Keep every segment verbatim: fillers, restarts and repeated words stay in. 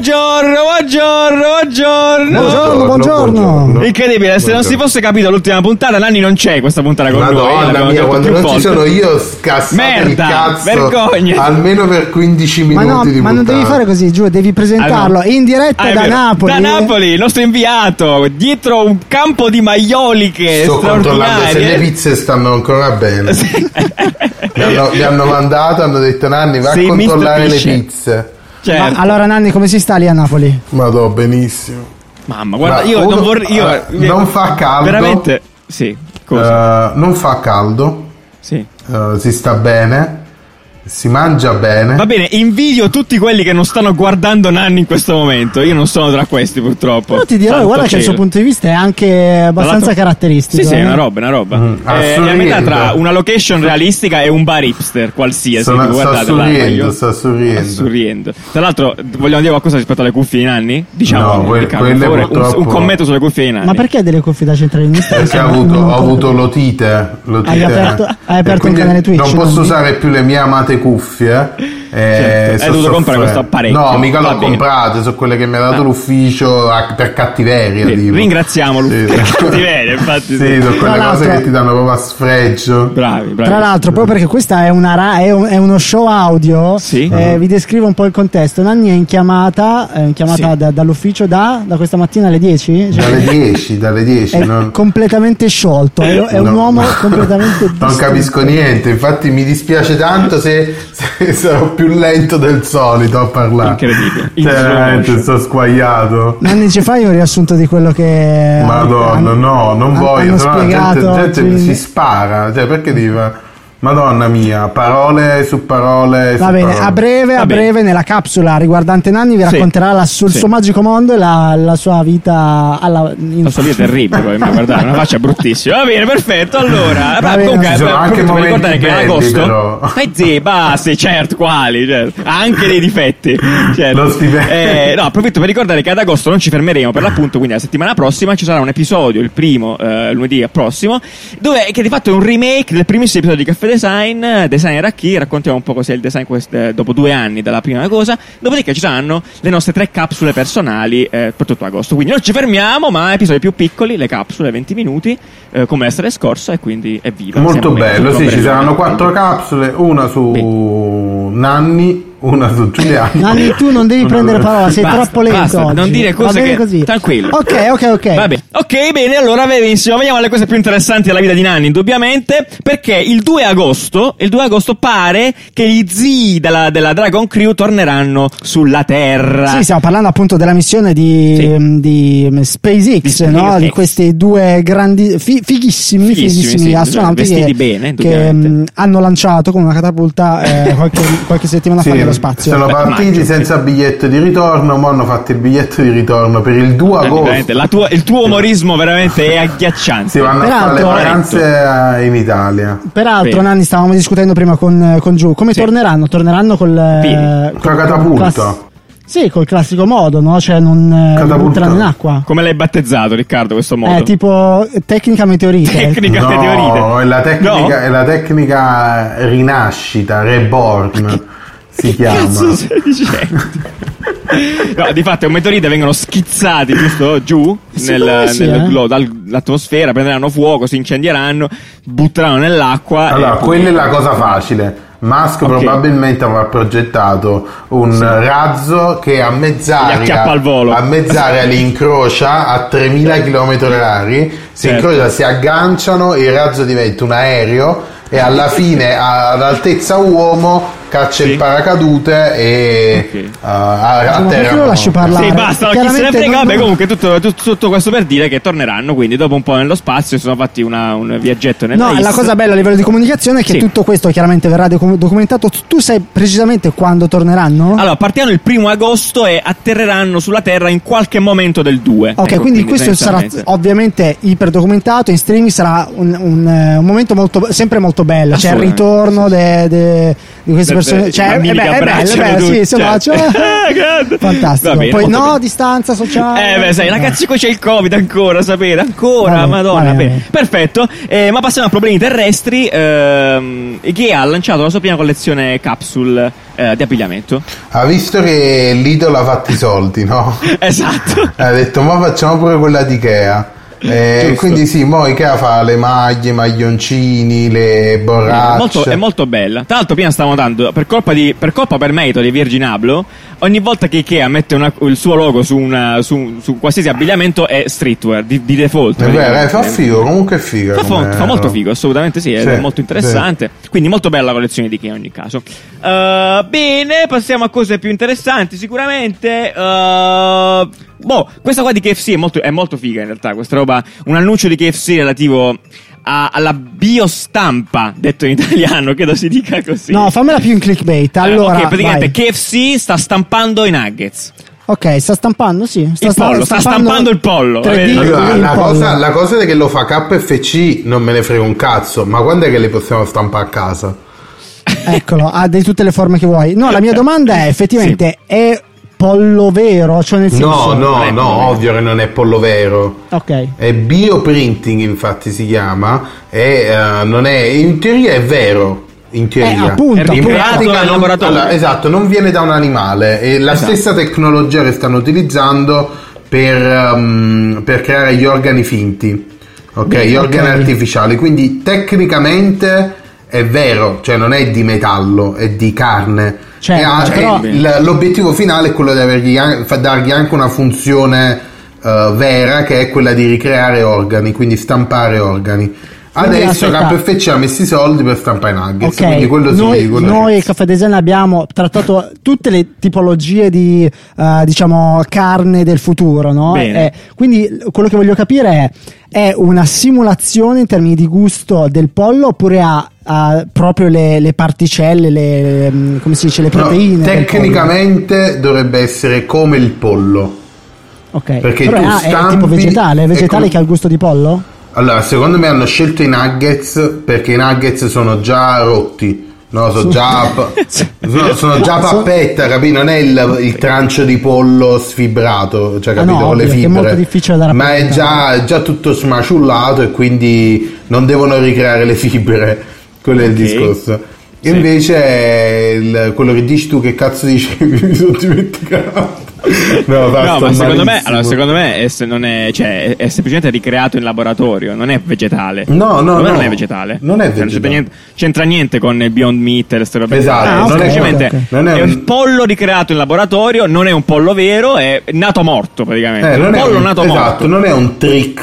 buongiorno, buongiorno, buongiorno. Buongiorno, buongiorno. buongiorno. Incredibile, se buongiorno. non si fosse capito l'ultima puntata, Nanni non c'è questa puntata con Madonna noi. mia, quando non volte. ci sono io scassato Merda, il cazzo. Vergogna. Almeno per quindici minuti ma no, di ma puntata. non devi fare così, Giù, devi presentarlo allora, in diretta ah, da vero. Napoli. Da Napoli, il nostro inviato, dietro un campo di maioliche Sto controllando se le straordinarie. pizze stanno ancora bene. mi, hanno, mi hanno mandato, hanno detto Nanni va Sei a controllare le mister pizze. Certo. Ma allora Nanni, come si sta lì a Napoli? Madò, benissimo. Mamma, guarda, Ma io uno, non vorrei io, uh, non fa caldo. Veramente? Sì, cosa? Uh, non fa caldo. Sì. Uh, si sta bene. Si mangia bene. Va bene, invidio tutti quelli che non stanno guardando Nanni in questo momento. Io non sono tra questi, purtroppo. Però ti dirò, Santo guarda cielo. che il suo punto di vista è anche abbastanza caratteristico. Sì, sì, eh? è una roba, è una roba. Mm, eh, è a metà tra una location realistica e un bar hipster qualsiasi. Sono, tipo, sta guardate, là, sorriendo, io- sta sorriendo. sta sorriendo. Tra l'altro, vogliamo dire qualcosa rispetto alle cuffie di Nanni? Diciamo, No, que- Riccardo, quelle per favore, un, purtroppo- un commento sulle cuffie di Nanni. Ma perché delle cuffie da centralinista? Perché ho avuto, ho avuto l'otite, l'otite. Hai aperto- hai aperto E quindi un canale Twitch, non posso quindi? usare più le mie amate cuffie. Eh, Certo, so hai dovuto comprare soffrire. questo apparecchio. No, mica Va l'ho bene. comprate, sono quelle che mi ha dato Ah. l'ufficio a- per cattiveria. Sì, tipo. ringraziamo Sì, per sì. cattiveria, infatti. Sì, Sì. sono quelle Tra cose l'altro- che ti danno proprio a sfregio. Bravi, bravi. Tra l'altro, proprio perché questa è una ra- è, un- è uno show audio, Sì. eh, vi descrivo un po' il contesto. Nanni è in chiamata, è in chiamata Sì. da- dall'ufficio da, da questa mattina alle dieci? Cioè, Dalle dieci, dalle dieci. è non... completamente sciolto, è, è un No. uomo completamente Non distrutto. capisco niente, infatti mi dispiace tanto se, se sarò più lento del solito a parlare. Incredibile. In Cioè, slow veramente motion. sto squagliato. Nanni, ci fai un riassunto di quello che Madonna, hanno- no, non hanno- voglio, hanno sennò la spiegato gente, gente quindi- si spara, cioè perché devi fare- Madonna mia, parole su parole su Va bene, parole. a breve, Va a bene. breve nella capsula riguardante Nanni vi Sì. racconterà la- sul Sì. suo magico mondo e la, la sua vita alla, in- La sua vita è terribile, probabilmente, guardate, una faccia bruttissima. Va bene, perfetto. Allora, Va beh, bene. comunque, Ci sono eh, anche appunto, per momenti ricordare che ad belli, agosto. però. Stai zì, basta, certo, quali? Certo. Ha anche dei difetti. Certo. Lo stipendio. Eh, no, approfitto per ricordare che ad agosto non ci fermeremo per l'appunto, quindi la settimana prossima ci sarà un episodio, il primo, eh, lunedì prossimo, dove che di fatto è un remake del primissimo episodio di Caffè Design. Design era chi? Raccontiamo un po' cos'è il design quest- dopo due anni dalla prima cosa. Dopodiché ci saranno le nostre tre capsule personali eh, per tutto agosto. Quindi non ci fermiamo, ma episodi più piccoli, le capsule venti minuti, eh, come l'estate scorsa, e quindi evviva. Molto Siamo bello, tutto sì, ci bello. saranno quattro capsule, una su Nanni, una su Giuliano. Nanni, tu non devi prendere parola, sei Basta, troppo lento basta, oggi. non dire Va cose bene che- così. tranquillo. Ok, ok, ok. Va bene. Ok, bene, allora benissimo. Veniamo alle cose più interessanti della vita di Nanni, indubbiamente, perché il due agosto, il due agosto pare che gli zii della, della Dragon Crew torneranno sulla Terra. Sì, stiamo parlando appunto della missione di, Sì. di SpaceX, Di SpaceX. no? Di questi due grandi, fi- fighissimi, Fighissimi, fighissimi sì, astronauti vestiti che, bene, che indubbiamente. mh, hanno lanciato con una catapulta eh, qualche, qualche settimana Sì, fa nello spazio. sono partiti maggio, senza biglietto di ritorno, ma hanno fatto il biglietto di ritorno per il due Eh, agosto. veramente, la tua- il tuo umorismo veramente è agghiacciante. Si vanno a fare le Peraltro- vacanze eh, in Italia. Peraltro, Bene. Nanni, stavamo discutendo prima con, con Giù. Come Sì. torneranno? Torneranno col, eh, Piedi. col, Con la catapulta. class- sì, col classico modo, no? Cioè non eh, Catapulta. lo butteranno in acqua. Come l'hai battezzato, Riccardo, questo modo? È tipo tecnica meteorite. Tecnica meteorite. No, è la tecnica, No? è la tecnica rinascita, reborn si chiama. Cazzo stai dicendo? No, di fatto è un meteorite, vengono schizzati giusto giù Sì, nel, sì, nel eh. globo, dall'atmosfera, prenderanno fuoco, si incendieranno, butteranno nell'acqua. Allora, e- quella è la cosa facile. Musk Ok. probabilmente avrà progettato un razzo che a Li mezz'aria, acchiappa al volo. a mezz'aria li incrocia a tremila chilometri orari, si Certo. incrocia, si agganciano, il razzo diventa un aereo e alla fine a- ad altezza uomo caccia Sì. il paracadute e Ok. uh, a, a Ma perché terra. lo lasci parlare? Sì, basta, ma chi se ne Chiaramente frega. non- Vabbè, comunque tutto, tutto, tutto questo per dire che torneranno, quindi dopo un po' nello spazio si sono fatti una, un viaggetto nella No, la cosa bella a livello di comunicazione è che Sì. tutto questo chiaramente verrà docu- documentato. Tu sai precisamente quando torneranno? Allora, partiranno il primo agosto e atterreranno sulla Terra in qualche momento del due. Ok, Ecco, quindi questo sarà tendenzialmente. ovviamente iperdocumentato, in streaming sarà un, un, eh, un momento molto, sempre molto bello, cioè il Assolutamente, ritorno de- de- di questi Del persone, cioè, è, be- è bello, è bello, sì, si bacia. Fantastico. Bene, poi no, bene. distanza sociale. Eh beh, sai, ragazzi, qua c'è il Covid ancora, sapete? Ancora, Vabbè, madonna. vabbè, bene. vabbè. Perfetto. Eh, ma passiamo a problemi terrestri. Ehm, IKEA ha lanciato la sua prima collezione capsule eh, di abbigliamento. Ha visto che Lidl ha fatto i soldi, no? Esatto. Ha detto, ma facciamo pure quella di Ikea. Eh, quindi sì, mo Ikea fa le maglie, i maglioncini, le borracce. È molto, è molto bella. Tra l'altro, prima stavo notando, per colpa di per colpa per merito di Virgin Abloh, ogni volta che Ikea mette una, il suo logo su, una, su, su qualsiasi abbigliamento è streetwear di, di default. È vero, eh, fa figo, comunque è figo. Fa, fa, fa molto figo, assolutamente sì, Sì, è molto interessante. Sì. Quindi molto bella la collezione di Ikea in ogni caso. Uh, bene, passiamo a cose più interessanti sicuramente. Uh, boh, questa qua di K F C è molto, è molto figa in realtà, questa roba, un annuncio di K F C relativo a, alla biostampa, detto in italiano, credo si dica così. No, fammela più in clickbait. Allora, uh, ok, praticamente vai. K F C sta stampando i nuggets. Ok, sta stampando, sì. Sta Il pollo, sta stampando il pollo. tre D, Allora, il la, pollo. cosa, la cosa è che lo fa K F C non me ne frega un cazzo, ma quando è che le possiamo stampare a casa? Eccolo, ha di tutte le forme che vuoi. No, la mia domanda è effettivamente sì. È pollo vero? Cioè nel senso... No, no, è no, pollo ovvio che non è pollo vero. Ok. È bioprinting, infatti si chiama, e uh, non è, in teoria è vero. In teoria, Eh, appunto, È in ricreato pratica dal non, laboratorio. allora, esatto, non viene da un animale. È la Esatto. stessa tecnologia che stanno utilizzando per, um, per creare gli organi finti, ok? Beh, Gli organi ok. artificiali. Quindi tecnicamente è vero, cioè non è di metallo, è di carne. Certo, E ha- però- e l- l'obiettivo finale è quello di avergli an- fa- dargli anche una funzione uh, vera, che è quella di ricreare organi, quindi stampare organi. Quindi, Adesso aspetta. K F C ha messo i soldi per stampare i nuggets, Ok, quindi quello sì, noi, quello noi Caffè Design abbiamo trattato tutte le tipologie di eh, diciamo carne del futuro, no? Bene. Eh, quindi quello che voglio capire è: è una simulazione in termini di gusto del pollo oppure ha, ha proprio le, le particelle, le, le- come si dice, le No, proteine? del tecnicamente dovrebbe essere come il pollo. pollo? Ok, perché però tu è, è stampi tipo vegetale, è e vegetale com- che ha il gusto di pollo? Allora, secondo me hanno scelto i nuggets perché i nuggets sono già rotti. No, sono già sono, sono già pappetta, capito? Non è il, il trancio di pollo sfibrato, cioè, Ah, capito? no, Con le ovvio, che è fibre. molto difficile da Ma è rappresentare. già, già tutto smaciullato e quindi non devono ricreare le fibre. Quello è il Ok. discorso. Sì. Invece il- quello che dici tu, che cazzo dici? Mi sono dimenticato. No, basta, No, ma secondo me, malissimo. allora, secondo me è, se- non è, cioè, è, è semplicemente ricreato in laboratorio, non è vegetale. No, no, Secondo me no. non è vegetale. Non è Cioè, c'entra vegetale. niente, c'entra niente con il Beyond Meat e queste robe. Esatto, È non è- semplicemente ok, ok. non è è un- un pollo ricreato in laboratorio, non è un pollo vero, è nato morto praticamente. Eh, un non è pollo un, nato esatto, morto. non è un trick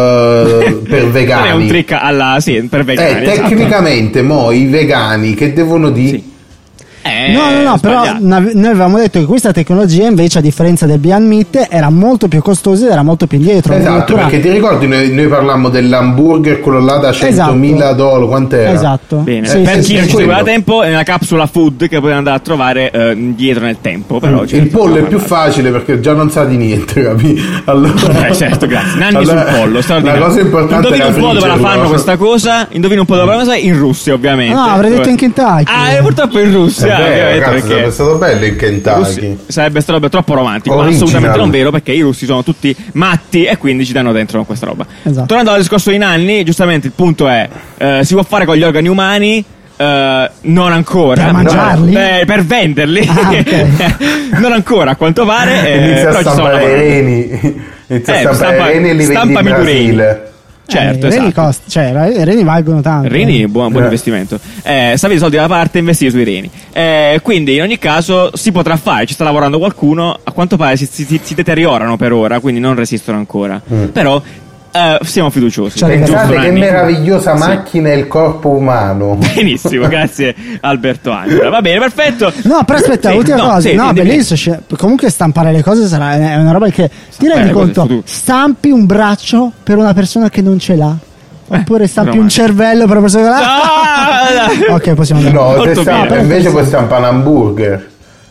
eh, per vegani. Non è un trick alla sì, per vegani. Eh, esatto. tecnicamente mo i vegani che devono dire Sì. Eh, No, no, no, però sbagliato. nav- noi avevamo detto che questa tecnologia invece, a differenza del Beyond Meat, era molto più costosa ed era molto più indietro. esatto, Addirittura- perché ti ricordi noi, noi parlammo dell'hamburger quello là da centomila dollari, quant'era? Esatto. Bene, Sì, per sì, chi non sì. ci quello. seguiva da tempo, è una capsula food che potete andare a trovare eh, indietro nel tempo. Però, il certo, pollo è no, più no. facile perché già non sa di niente, capi? Allora, Eh, certo, grazie. Nanni Allora, sul pollo, la straordinario. cosa importante Indovina era un po' dove la friggerlo. fanno questa cosa? Indovina un po' dove la fanno in Russia, ovviamente. No, avrei detto Dove- in Kentucky. Ah, eh, purtroppo in È Russia, vero, ovviamente, cazzo, perché sarebbe stato bello in Kentucky. Russi- sarebbe stato troppo romantico, ma Original. assolutamente non vero, perché i russi sono tutti matti e quindi ci danno dentro questa roba. Esatto. Tornando al discorso di Nanni, giustamente il punto è eh, si può fare con gli organi umani. eh, non ancora Per mangiarli? per, per venderli. Ah, ok. Non ancora, a quanto pare. eh, Inizia però a ci stiamo stampare i lavorando. reni. Inizia Eh, a stampare stampa- i reni e li vendi in stampami tu reni. Brasile. Certo, Eh, i reni esatto. cost- cioè, i reni valgono tanto. Reni, buon, buon Eh. investimento. Eh, stavi i soldi da parte e investiti sui reni. Eh, quindi, in ogni caso, si potrà fare. Ci sta lavorando qualcuno. A quanto pare si, si- si deteriorano per ora, quindi non resistono ancora. Mm. Però, eh, siamo fiduciosi. Cioè, Giusto, Pensate che Nanni? meravigliosa Sì. macchina è il corpo umano. Benissimo, grazie Alberto Angela. Va bene, perfetto. No, però aspetta, Sì, ultima no, cosa. sì, no, dimmi. bellissimo. cioè, comunque stampare le cose sarà è una roba che ti rendi le cose conto. del futuro. Stampi un braccio per una persona che non ce l'ha. Oppure stampi un romantico. cervello per una persona che l'ha. Ah, dai. Ok, possiamo andare. No, Molto se stampa- bene. invece puoi stampare un hamburger.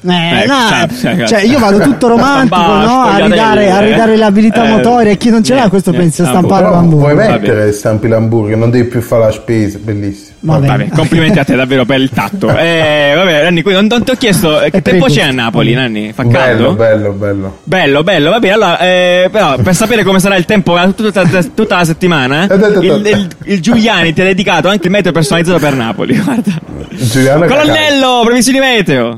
Eh, Eh, no, cioè, cioè io vado tutto romantico, Stampare no? A ridare, a eh. ridare le abilità Eh, motorie, e chi non ce l'ha eh, questo eh, pensa a stampo. stampare Però l'hamburger. puoi Vabbè. mettere stampi l'hamburger, non devi più fare la spesa, bellissimo. Va bene. Vabbè, complimenti a te davvero per il tatto. Eh, vabbè, Nanni, qui non, non ti ho chiesto eh, che per tempo i c'è a gusti. Napoli, Nanni? Fa Bello, caldo? bello, bello. Bello, bello, va bene. Allora, eh, però, per sapere come sarà il tempo eh, tutta, tutta la settimana, Eh, eh, eh, il, il, il Giuliani ti ha dedicato anche il meteo personalizzato per Napoli. Guarda, Giuliano colonnello, previsioni meteo.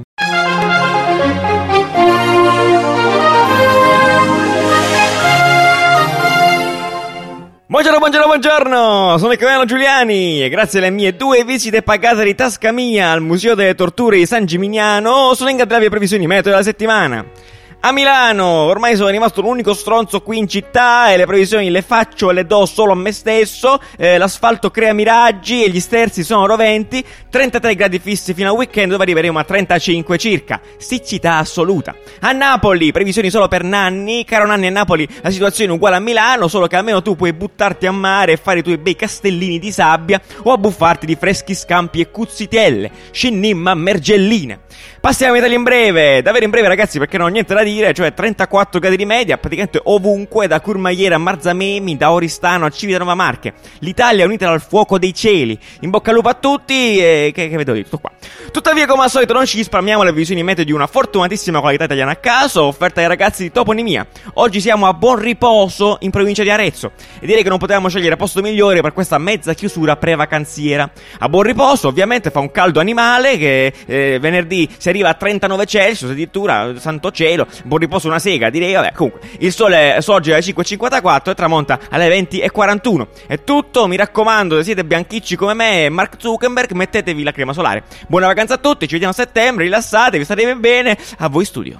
Buongiorno, buongiorno, buongiorno! Sono il capitano Giuliani e grazie alle mie due visite pagate di tasca mia al Museo delle Torture di San Gimignano sono in grado di darvi le previsioni meteo della settimana. A Milano, ormai sono rimasto l'unico stronzo qui in città e le previsioni le faccio e le do solo a me stesso. Eh, l'asfalto crea miraggi e gli sterzi sono roventi. trentatré gradi fissi fino al weekend, dove arriveremo a trentacinque circa. Siccità assoluta. A Napoli, previsioni solo per Nanni. Caro Nanni, a Napoli la situazione è uguale a Milano, solo che almeno tu puoi buttarti a mare e fare i tuoi bei castellini di sabbia o abbuffarti di freschi scampi e cuzzitelle. Scinnimma mergelline. Passiamo in Italia in breve, davvero in breve ragazzi, perché non ho niente da dire, cioè trentaquattro gradi di media, praticamente ovunque, da Courmayeur a Marzamemi, da Oristano a Civitanova Marche. L'Italia è unita dal fuoco dei cieli. In bocca al lupo a tutti e che, che vedo di tutto qua. Tuttavia, come al solito, non ci risparmiamo le visioni meteo di una fortunatissima qualità italiana a caso, offerta ai ragazzi di Toponimia. Oggi siamo a Buon Riposo, in provincia di Arezzo, e direi che non potevamo scegliere posto migliore per questa mezza chiusura pre-vacanziera. A Buon Riposo, ovviamente, fa un caldo animale che eh, venerdì si arriva a trentanove Celsius, addirittura, santo cielo. Buon riposo una sega, direi. Vabbè, comunque, il sole sorge alle cinque e cinquantaquattro e tramonta alle venti e quarantuno. È tutto, mi raccomando, se siete bianchicci come me e Mark Zuckerberg, mettetevi la crema solare. Buona vacanza a tutti, ci vediamo a settembre, rilassatevi, state bene. A voi studio.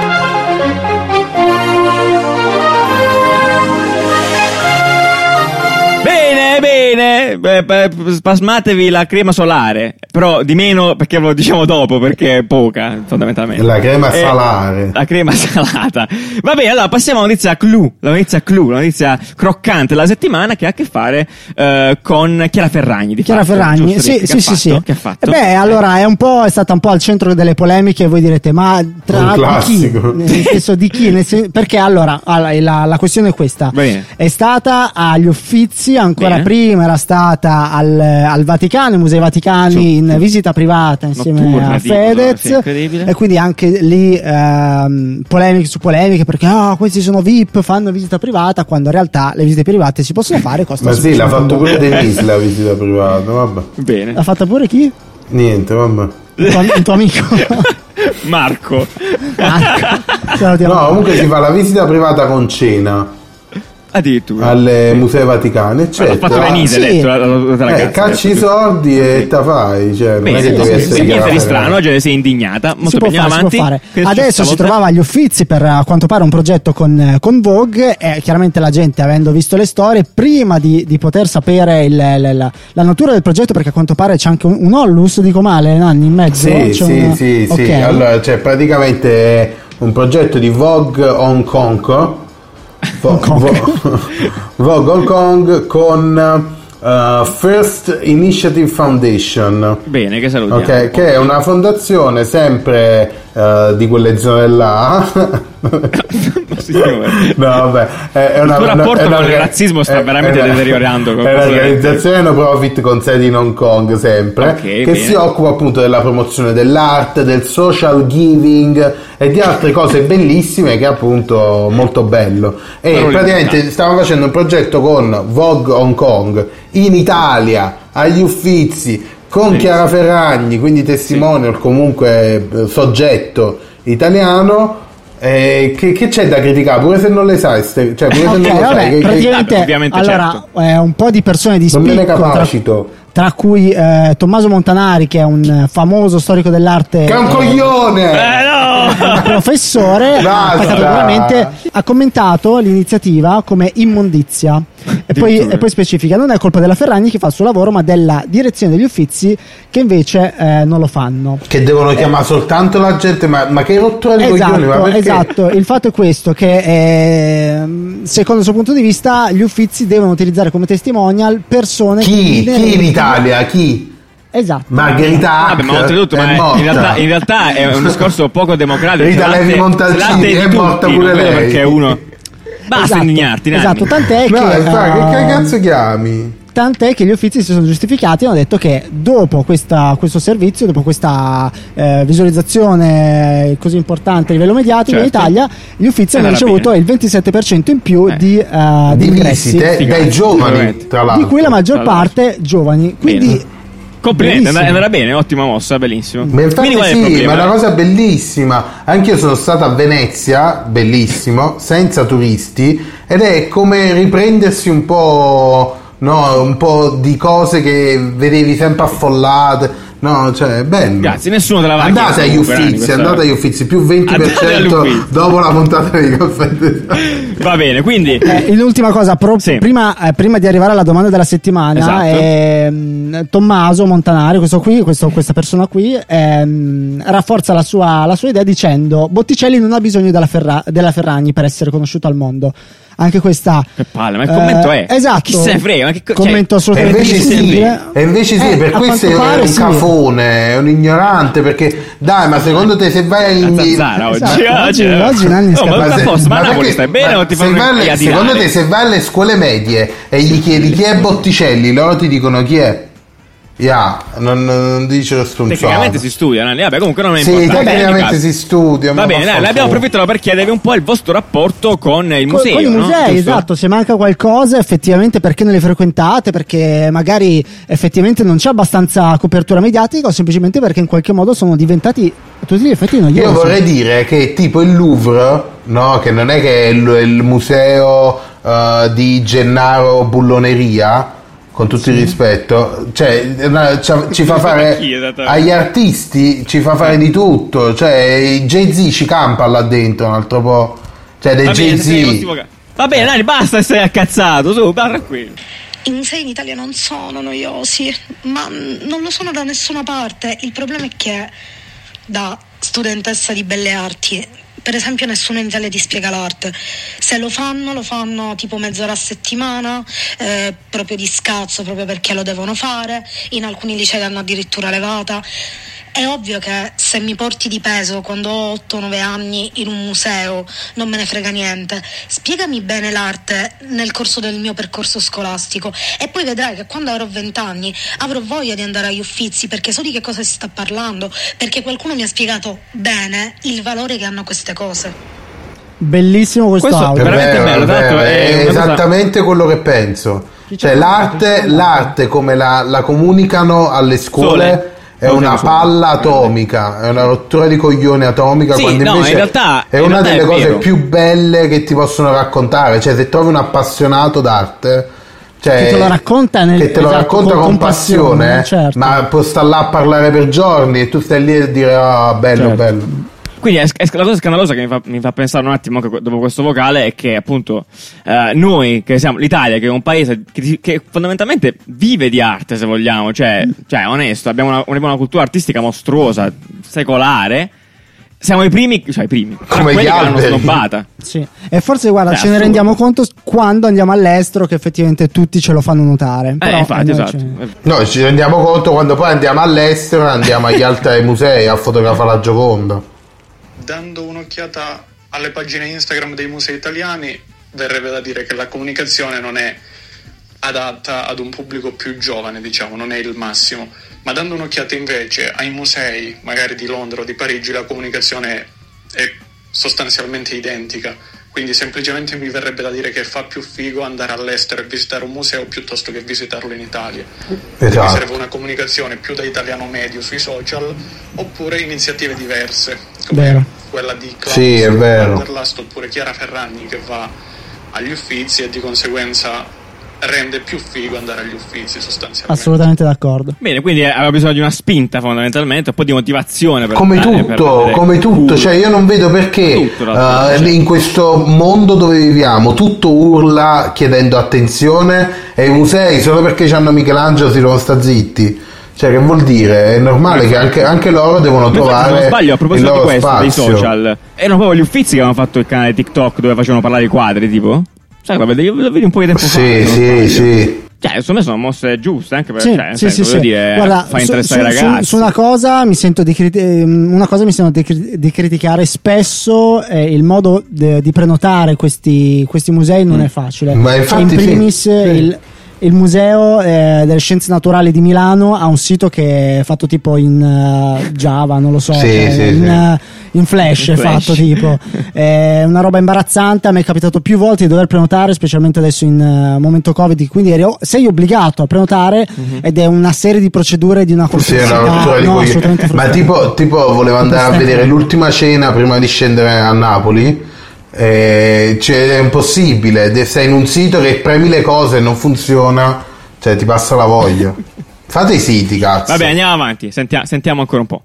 Bene, bene, beh, beh, spasmatevi la crema solare, però di meno perché ve lo diciamo dopo, perché è poca, fondamentalmente. La crema Eh, salare. La crema salata. Va bene, allora passiamo alla notizia clou, la notizia clou, la notizia croccante della settimana, che ha a che fare eh, con Chiara Ferragni. Di Chiara fatto, Ferragni, giusto, sì, Rick? sì, Che sì, ha sì. fatto? Che ha fatto? Eh beh, allora è un po', è stata un po' al centro delle polemiche, e voi direte, ma tra Un di chi? classico. Nel senso di chi? Nel sen- perché allora, allora, la, la questione è questa. Bene. È stata agli Uffizi, ancora Bene. prima era stata al, al Vaticano, ai Musei Vaticani, Su, in su. visita privata insieme Notturna, a dicono, Fedez, sì, incredibile. e quindi anche lì ehm, polemiche su polemiche, perché ah, questi sono V I P, fanno visita privata, quando in realtà le visite private si possono fare, costano Ma sì, l'ha fatto pure semplicemente Denise la visita privata, vabbè. Bene. un- l'ha fatta pure chi? Niente, vabbè. Un tuo, un tuo amico. Marco. Marco. Salutiamo. No, comunque si fa la visita privata con cena Addirittura. alle Musei Vaticani, L'ha eccetera. fatto Venise, sì. detto la, la, la ragazza. Eh, cacci i soldi e te fai, cioè, non Bene, è che sì, devi sì, essere sì, niente Chiara di Ferragni. strano, oggi sei indignata. Molto Si può, bene, fare, si avanti. può fare. Che è successo Adesso si stavolta? trovava agli Uffizi per a quanto pare un progetto con, con Vogue, e chiaramente la gente, avendo visto le storie, prima di, di poter sapere il, il- la, la natura del progetto, perché a quanto pare c'è anche un, un Ollus, dico male, Nanni, in mezzo. Sì, C'è sì, un- sì, sì. ok. Allora, cioè, praticamente è un progetto di Vogue Hong Kong. Vo- Hong Kong. Vo- Vogue Hong Kong con uh, First Initiative Foundation. Bene, che salutiamo. Ok, che è una fondazione sempre uh, di quelle zone là. Signore. No, vabbè, è, è una, Il tuo rapporto è una- con il razzismo sta è- veramente è una- deteriorando con È questo- un'organizzazione no profit con sedi in Hong Kong sempre, Ok, che bene. si occupa appunto della promozione dell'arte, del social giving e di altre cose bellissime, che è appunto molto bello. E Però praticamente lì- stiamo facendo un progetto con Vogue Hong Kong in Italia, agli Uffizi, con Sì. Chiara Ferragni, quindi testimonial, comunque eh, soggetto italiano. Eh, che, che c'è da criticare? Pure se non le sai, ste- cioè pure se Ok, non lo sai, vabbè, che- che- praticamente, Ovviamente, allora, certo. eh, un po' di persone di non me ne spicco, tra, capacito. tra cui eh, Tommaso Montanari, che è un famoso storico dell'arte, Che è un eh, coglione! Eh no! professore, Basta. attaccato veramente, ha commentato l'iniziativa come immondizia, e poi, Addirittura. e poi specifica: non è colpa della Ferragni che fa il suo lavoro, ma della direzione degli Uffizi, che invece eh, non lo fanno. Che devono chiamare soltanto la gente, ma, ma che rottura di coglioni, ma Esatto, perché? esatto. Il fatto è questo, che ehm, secondo il suo punto di vista gli Uffizi devono utilizzare come testimonial persone Chi? che Chi in Italia? Chi? Esatto. Margherita Vabbè, Hack ma oltretutto, è ma morta. in realtà, in realtà è un discorso poco democratico. Rita Se Levi latte- Montalcini se latte di è morta tutti, pure non vedo lei. Perché uno basta Esatto, indignarti, Nanni. esatto, tant'è No, che, fa, che, che uh, cazzo chiami? tant'è che gli Uffizi si sono giustificati e hanno detto che dopo questa, questo servizio, dopo questa eh, visualizzazione così importante a livello mediatico Certo. in Italia, gli Uffizi hanno Andrà ricevuto bene. il ventisette per cento in più Eh. di, uh, di Di ingressi, visite Figata. dai giovani, Veramente. tra l'altro. di cui la maggior Tra l'altro. parte giovani. Quindi Bene. Complimenti, bellissimo. è andata bene, ottima mossa, bellissimo. Ma infatti Quindi qual è il sì, problema? ma è una cosa bellissima. Anche io sono stato a Venezia, bellissimo, senza turisti, ed è come riprendersi un po', no, un po' di cose che vedevi sempre affollate. No, cioè, è bello. Grazie, nessuno te l'aveva Andate chiesto agli comunque, Nanni, Uffizi, questa- andate agli Uffizi, più venti per cento Andate agli Uffizi. dopo la puntata di Caffè. Va bene, quindi Eh, l'ultima cosa, pro- Sì. prima, eh, prima di arrivare alla domanda della settimana, Esatto. ehm, Tommaso Montanari, questo qui, questo- questa persona qui, ehm, rafforza la sua, la sua idea dicendo: Botticelli non ha bisogno della, Ferra- della Ferragni per essere conosciuto al mondo. Anche questa. che palle, ma il commento eh, è esatto. chi se ne frega, ma che co- Commento cioè, E assolutamente invece sì, discutibile. e invece sì, Eh, per a questo quanto è pare un sì. cafone, è un ignorante, perché dai, ma secondo te se vai la in zanzara oggi, Esatto, oggi- oggi, oggi Nanni oh, ma scappa- tutto a posto, ma a Napoli perché- stai bene ma o ti se fanno vai alle- a secondo tirare? te se vai alle scuole medie e gli chiedi chi è Botticelli, loro ti dicono chi è? Ya, non, non dice lo Tecnicamente stronzato. si studia, Nanni. Vabbè, comunque non è Sì, importante. tecnicamente Bene, si studia. Va ma bene, dai, vaffanculo. abbiamo approfittato per chiedervi un po' il vostro rapporto con il Con- museo. con i no? musei, Giusto? esatto, se manca qualcosa effettivamente perché non li frequentate, perché magari effettivamente non c'è abbastanza copertura mediatica o semplicemente perché in qualche modo sono diventati a tutti gli effetti noiosi. Io vorrei dire che tipo il Louvre, no, che non è che è il, il museo eh, di Gennaro Bulloneria, con tutto il rispetto, cioè eh, ci- ci fa fare Chi, esattamente? agli artisti, ci fa fare di tutto, cioè Jay-Z ci campa là dentro un altro po', cioè dei Va bene, sei Jay-Z. ottimo ca- Va bene, Nanni, basta essere accazzato, su, va tranquillo. I musei in Italia non sono noiosi, ma non lo sono da nessuna parte. Il problema è che da studentessa di belle arti, per esempio, nessuno in Italia ti spiega l'arte. Se lo fanno, lo fanno tipo mezz'ora a settimana, eh, proprio di scazzo, proprio perché lo devono fare. In alcuni licei l'hanno addirittura levata. È ovvio che se mi porti di peso quando ho otto nove anni in un museo non me ne frega niente. Spiegami bene l'arte nel corso del mio percorso scolastico e poi vedrai che quando avrò venti anni avrò voglia di andare agli Uffizi perché so di che cosa si sta parlando, perché qualcuno mi ha spiegato bene il valore che hanno queste cose. Bellissimo questo, Questo audio. È veramente vero, bello, è, tra l'altro vero, è è una cosa- esattamente quello che penso. Chi Cioè c'è? l'arte, l'arte come la, la comunicano alle scuole Sole. è Lo una usiamo sole. palla atomica, è una rottura di coglione atomica, Sì, quando no, invece in realtà- è in una realtà delle è cose vero. più belle che ti possono raccontare. Cioè se trovi un appassionato d'arte, cioè, Che te lo racconta nel- che te lo esatto, racconta con- con, con passione, passione, eh, certo. ma può stare là a parlare per giorni e tu stai lì a dire ah bello Certo. bello. Quindi è, è la cosa scandalosa che mi fa, mi fa pensare un attimo anche dopo questo vocale è che appunto eh, noi che siamo l'Italia, che è un paese che, che fondamentalmente vive di arte, se vogliamo, cioè, cioè onesto, abbiamo una, abbiamo una cultura artistica mostruosa, secolare, siamo i primi, cioè i primi, tra Come quelli gli che l'hanno alberi. snobbata. Sì. E forse guarda, Beh, ce ne assurdo. rendiamo conto quando andiamo all'estero che effettivamente tutti ce lo fanno notare. Però, Eh, infatti, eh, noi esatto. ce- Noi ci rendiamo conto quando poi andiamo all'estero, andiamo agli altri musei a fotografare la Gioconda. Dando un'occhiata alle pagine Instagram dei musei italiani, verrebbe da dire che la comunicazione non è adatta ad un pubblico più giovane, diciamo, non è il massimo. Ma dando un'occhiata invece ai musei, magari di Londra o di Parigi, la comunicazione è sostanzialmente identica. Quindi semplicemente mi verrebbe da dire che fa più figo andare all'estero e visitare un museo piuttosto che visitarlo in Italia. Quindi Esatto. serve una comunicazione più da italiano medio sui social, oppure iniziative diverse, come Vero. quella di Klaus Sì, è vero. Wanderlust, oppure Chiara Ferragni che va agli Uffizi e di conseguenza rende più figo andare agli Uffizi sostanzialmente. Assolutamente d'accordo. Bene, quindi eh, aveva bisogno di una spinta fondamentalmente, un po' di motivazione per Come andare, per tutto, vedere come tutto, cool. cioè io non vedo perché Tutto, d'altronde, eh, cioè. in questo mondo dove viviamo tutto urla chiedendo attenzione e i musei solo perché c'hanno Michelangelo si devono sta zitti. Cioè che vuol dire? È normale che anche, anche loro devono Infatti, trovare se non sbaglio, a il proposito di loro questo, dei spazio. social, erano proprio gli Uffizi che avevano fatto il canale TikTok dove facevano parlare i quadri, tipo? Sai, lo vedi, lo vedi un po' di tempo fa. Sì, se non sì, sbaglio. sì. Cioè, secondo me sono mosse giuste, anche per Sì, cioè, sì, senso, sì, voglio sì. dire, Guarda, fa su, interessare su, i ragazzi. su, su una cosa mi sento di, criti- una cosa mi sento di, cri- di criticare spesso, eh, il modo de- di prenotare questi, questi musei non Mm. è facile. Ma Cioè, infatti in sì. primis Sì. il, il museo eh, delle scienze naturali di Milano ha un sito che è fatto tipo in uh, Java, non lo so, Sì, cioè, sì, in, sì. uh, in Flash In è Flash. fatto tipo. È una roba imbarazzante. A me è capitato più volte di dover prenotare, specialmente adesso in uh, momento Covid, quindi eri, sei obbligato a prenotare ed è una serie di procedure di una Sì, è una complessità rottura di no, coglioni. assolutamente Ma frustrante. tipo, tipo volevo andare a Frustrante. vedere l'ultima cena prima di scendere a Napoli. Eh, cioè, è impossibile. De- sei in un sito che premi le cose e non funziona, cioè ti passa la voglia. Fate i siti, cazzo. Vabbè, andiamo avanti, sentia- sentiamo ancora un po'.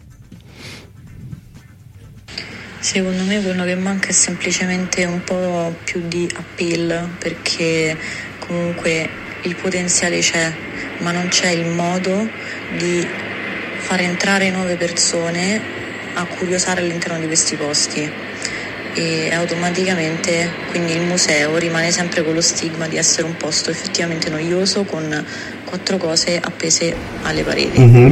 Secondo me quello che manca è semplicemente un po' più di appeal, perché comunque il potenziale c'è, ma non c'è il modo di far entrare nuove persone a curiosare all'interno di questi posti, e automaticamente quindi il museo rimane sempre con lo stigma di essere un posto effettivamente noioso con quattro cose appese alle pareti. Mhm.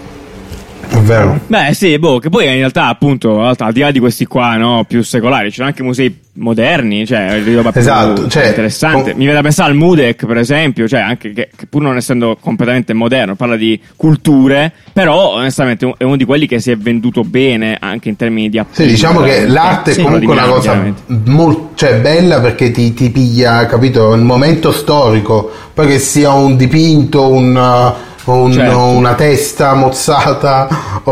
È vero. Beh, sì, boh, che poi in realtà, appunto, al di là di questi qua, no, più secolari, ci sono anche musei moderni, cioè, di roba più Esatto, cioè, interessante. com- Mi viene da pensare al Mudec, per esempio, cioè, anche che, che pur non essendo completamente moderno, parla di culture, però, onestamente, è uno di quelli che si è venduto bene anche in termini di Sì, appeal. diciamo che l'arte Sì, è comunque quello di una Milano, cosa chiaramente. molto, cioè, bella, perché ti, ti piglia, capito, il momento storico, poi che sia un dipinto, un, uh, un- Certo. una testa mozzata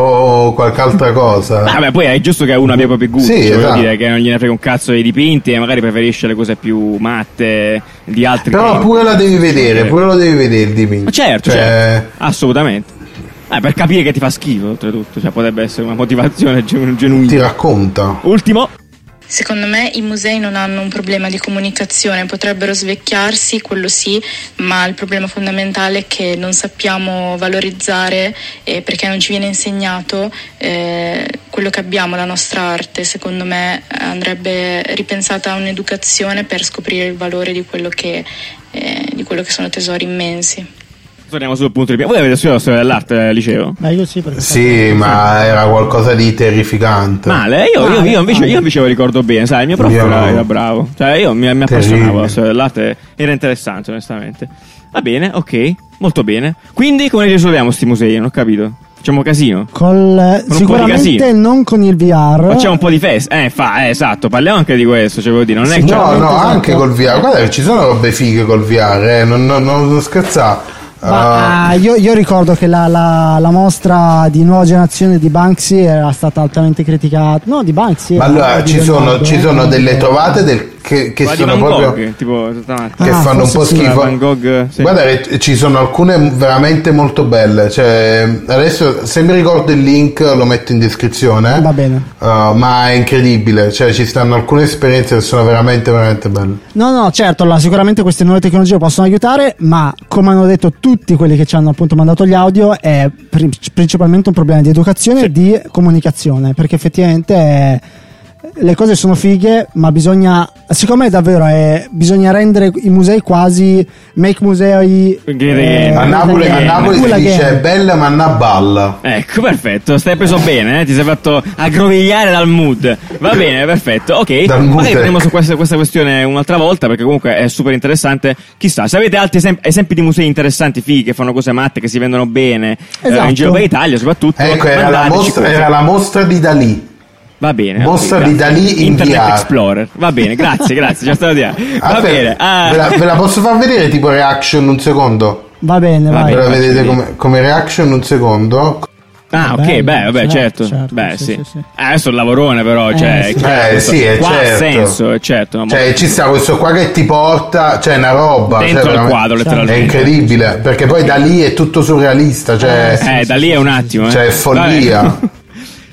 o qualche altra cosa. Vabbè, poi è giusto che uno abbia i propri gusti, Sì, cioè, voglio esatto. dire che non gliene frega un cazzo dei dipinti e magari preferisce le cose più matte di altri. Però tempi. pure la devi vedere, pure lo devi vedere il dipinto. Ma certo, Cioè, certo, assolutamente. Eh, per capire che ti fa schifo, oltretutto, cioè potrebbe essere una motivazione gen- genuina. ti racconta. Ultimo, Secondo me i musei non hanno un problema di comunicazione, potrebbero svecchiarsi, quello sì, ma il problema fondamentale è che non sappiamo valorizzare, eh, perché non ci viene insegnato eh, quello che abbiamo, la nostra arte. Secondo me andrebbe ripensata un'educazione per scoprire il valore di quello che, eh, di quello che sono tesori immensi. torniamo sul punto di... Voi avete studiato la storia dell'arte al liceo? Beh, io sì, perché Sì, ma era qualcosa di terrificante. Male, io, io, io, invece, io invece lo ricordo bene, sai, il mio prof Io era, no. era bravo, cioè io mi, mi appassionavo Terribile. la storia dell'arte, era interessante onestamente. Va bene, ok, molto bene. Quindi come li risolviamo sti musei? Non ho capito. Facciamo casino? Col, po' di sicuramente casino. non con il V R. Facciamo un po' di festa? Eh, fa, eh, esatto, parliamo anche di questo, cioè, voglio dire, non è Sì, che... No, no, esatto. anche col V R. Guarda che ci sono robe fighe col V R, eh. non, non, non scherzare. Ma, ah, io, io ricordo che la, la, la mostra di nuova generazione di Banksy era stata altamente criticata. No, di Banksy. Ma era allora di ci sono, Leonardo, ci eh, sono non delle so. trovate del, che, che Quella di sono Van proprio Gogh, tipo, esattamente. che Ah, fanno un forse po' sì, schifo. Van Gogh, sì. Guarda che ci sono alcune veramente molto belle, cioè, adesso se mi ricordo il link lo metto in descrizione. Va bene. Uh, ma è incredibile, cioè ci stanno alcune esperienze che sono veramente veramente belle. No, no, certo, la- sicuramente queste nuove tecnologie possono aiutare, ma come hanno detto tutti quelli che ci hanno appunto mandato gli audio, è pri- principalmente un problema di educazione e di comunicazione, perché effettivamente eh, le cose sono fighe, ma bisogna, secondo me davvero è, bisogna rendere i musei quasi make musei Great A Eh, Napoli, a again. Napoli Cool si dice again. bella ma una balla. Ecco, perfetto, stai preso bene, eh? Ti sei fatto aggrovigliare dal mood. Va bene, perfetto, ok. Dal mood, Magari torniamo ecco. su questa, questa questione un'altra volta, perché comunque è super interessante. Chissà, se avete altri esem- esempi di musei interessanti, fighi, che fanno cose matte, che si vendono bene, eh, Esatto. in giro per l'Italia, soprattutto. Ecco, era la, mandateci mostra, cose. era la mostra di Dalì. Va bene. mostra ok, di grazie. Dalì in Internet V R. Explorer. Va bene, grazie, grazie. C'è stato di Va Aspetta, bene. Ah. ve, la, ve la posso far vedere tipo reaction un secondo? Va bene, Va vai. Ve la facci vedete vedere. come, come reaction un secondo? Ah, ok, Bello, beh, vabbè, certo. certo, certo, Beh, sì, sì. sì, sì. Eh, adesso il lavorone, però, cioè, sì. è chiaro, Eh, questo- sì, è qua ha certo. senso, è certo. no, Cioè ci sta questo qua che ti porta, cioè una roba, dentro cioè, al veramente- quadro, è letteralmente. incredibile, perché poi da lì è tutto surrealista, cioè, Eh, da lì è un attimo, eh. cioè è follia. Vabbè.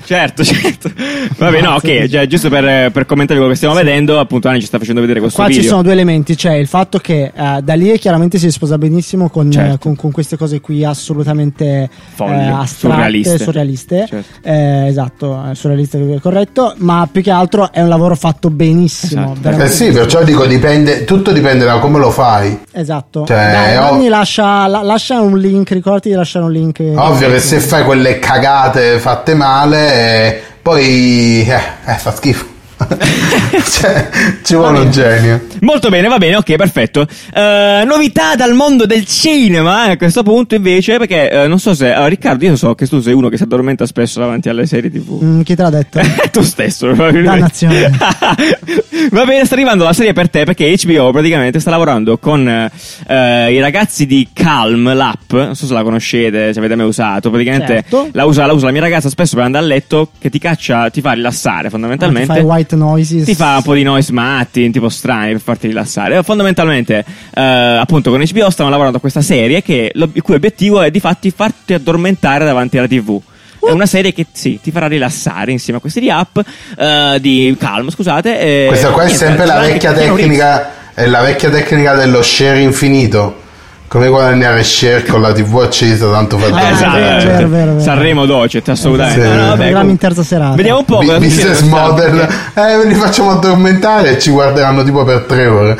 Certo, certo. Vabbè, no, ok, cioè, giusto per, per commentare quello che stiamo sì. vedendo, appunto Ani ci sta facendo vedere questo Qua video. Qua ci sono due elementi, cioè il fatto che uh, da lì chiaramente si sposa benissimo con, certo. uh, con, con queste cose qui assolutamente folli, uh, astratte, surrealiste, surrealiste. Certo. Eh, esatto, surrealiste, corretto, ma più che altro è un lavoro fatto benissimo. Esatto. Eh sì, perciò dico dipende, tutto dipende da come lo fai. Esatto. Cioè, Dai, ov- Nanni lascia, la, lascia un link, ricordati di lasciare un link. Ovvio che se fai quelle cagate fatte male, eh, poi eh, eh, fa schifo. Cioè, ci vuole un genio. Molto bene, va bene, ok, perfetto. Uh, novità dal mondo del cinema, eh, a questo punto invece, perché uh, non so se uh, Riccardo, io so che tu sei uno che si addormenta spesso davanti alle serie tivù. Mm, chi te l'ha detto? Tu stesso, probabilmente. Dannazione. Va bene, sta arrivando la serie per te, perché H B O praticamente sta lavorando con uh, i ragazzi di Calm, l'app, non so se la conoscete, se avete mai usato, praticamente certo. la, usa, la usa la mia ragazza spesso per andare a letto, che ti caccia, ti fa rilassare fondamentalmente. Ah, ti fa white noises. Ti fa un po' di noise matti, tipo strani, per farti rilassare. Fondamentalmente, eh, appunto, con H B O stanno lavorando a questa serie che il cui obiettivo è di fatti farti addormentare davanti alla tivù. È una serie che sì, ti farà rilassare insieme a questi di app, uh, di Calm, scusate. E, questa qua è niente, sempre la vecchia tecnica, è la vecchia tecnica dello share infinito. Come guadagnare share con la tivù accesa, tanto fa ah, esatto, vero, vero, vero, vero. Sanremo Docet, assolutamente. Sì. No, no, vabbè, programmi in terza serata. Vediamo un po'. B- business model. Eh, li facciamo addormentare e ci guarderanno tipo per tre ore.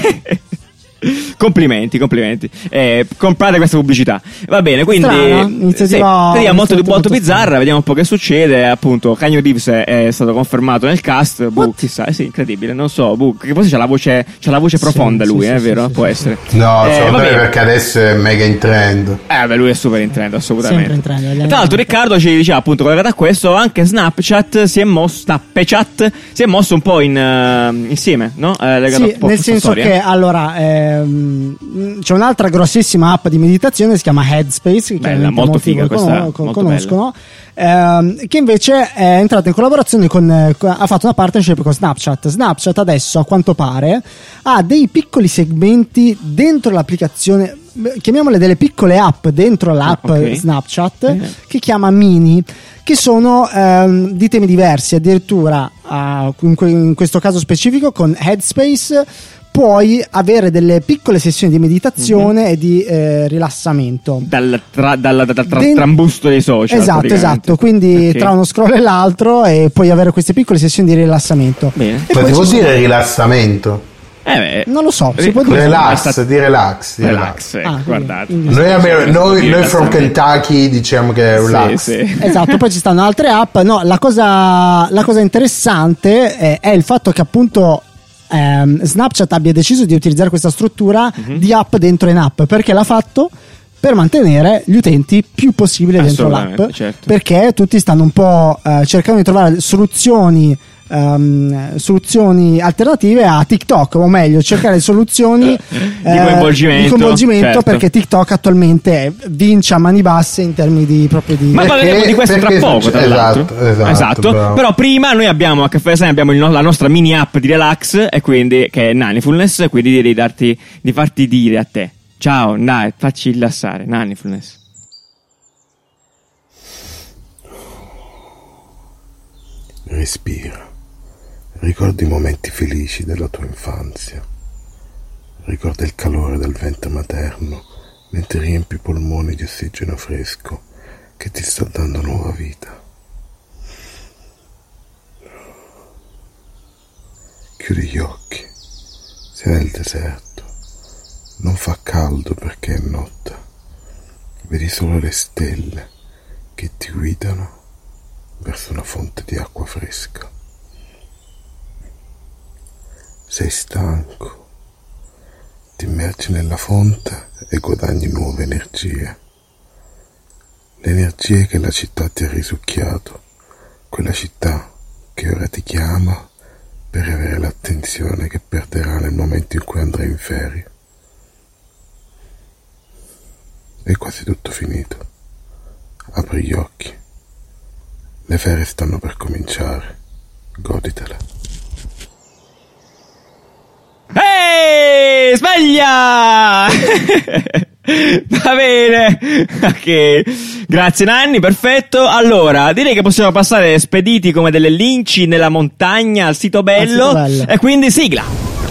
Complimenti, complimenti. Eh, comprate questa pubblicità. Va bene, quindi Strana, iniziativa sì, vediamo molto, molto, molto bizzarra, strana. vediamo un po' che succede. Appunto, Keanu Reeves è, è stato confermato nel cast. Boh, chissà, eh, sì, incredibile, non so, boh, che forse c'ha la voce, c'ha la voce profonda sì, lui, sì, è sì, vero? sì, Può sì, essere. No, eh, secondo me perché adesso è mega in trend. Eh, beh, lui è super in trend, assolutamente. Sempre in trend. Tra l'altro, Riccardo ci diceva appunto collegato a questo, anche Snapchat si è mosso, Snapchat si è mosso un po' in, uh, insieme, no? Eh, legato sì, un po' nel questa senso storia. che allora ehm, c'è un'altra grossissima app di meditazione, si chiama Headspace, che bella, molto molti figa voi questa, con- molto conoscono, ehm, che invece è entrata in collaborazione con, con ha fatto una partnership con Snapchat. Snapchat adesso, a quanto pare, ha dei piccoli segmenti dentro l'applicazione, chiamiamole delle piccole app dentro l'app okay. Snapchat, eh. che chiama Mini, che sono ehm, di temi diversi. Addirittura uh, in, que- in questo caso specifico con Headspace puoi avere delle piccole sessioni di meditazione mm-hmm. e di eh, rilassamento dal, tra, dal, dal tra, Den- trambusto dei social. esatto esatto quindi okay. tra uno scroll e l'altro, e puoi avere queste piccole sessioni di rilassamento. Bene. Ma ti vuol sono... dire rilassamento? Eh beh, non lo so, si può dire relax, stato... di relax, di relax, ecco, ah, guardate. Noi, amer- noi, noi from Kentucky diciamo che è relax. Sì, sì. Esatto, poi ci stanno altre app. No, la cosa, la cosa interessante è, è il fatto che appunto ehm, Snapchat abbia deciso di utilizzare questa struttura mm-hmm. di app dentro in app. Perché l'ha fatto? Per mantenere gli utenti più possibile dentro l'app, certo. Perché tutti stanno un po' eh, cercando di trovare soluzioni Um, soluzioni alternative a TikTok, o meglio cercare soluzioni di coinvolgimento, eh, di coinvolgimento certo. perché TikTok attualmente vince a mani basse in termini di proprio di ma parleremo di questo tra poco, tra l'altro. Esatto, esatto, esatto. Però prima noi abbiamo a Caffè Design abbiamo il no- la nostra mini app di relax, e quindi che è Nannyfulness, quindi direi di darti di farti dire a te ciao, dai, facci rilassare. Nannyfulness. Respira. Ricorda i momenti felici della tua infanzia. Ricorda il calore del ventre materno mentre riempi i polmoni di ossigeno fresco che ti sta dando nuova vita. Chiudi gli occhi. Sei nel deserto. Non fa caldo perché è notte. Vedi solo le stelle che ti guidano verso una fonte di acqua fresca. Sei stanco, ti immergi nella fonte e guadagni nuove energie. Le energie che la città ti ha risucchiato, quella città che ora ti chiama per avere l'attenzione che perderà nel momento in cui andrai in ferie. È quasi tutto finito. Apri gli occhi. Le ferie stanno per cominciare. Goditele. Ehi, sveglia! Va bene, ok, grazie Nanni, perfetto. Allora, direi che possiamo passare spediti come delle linci nella montagna al sito bello, al sito bello. E quindi sigla.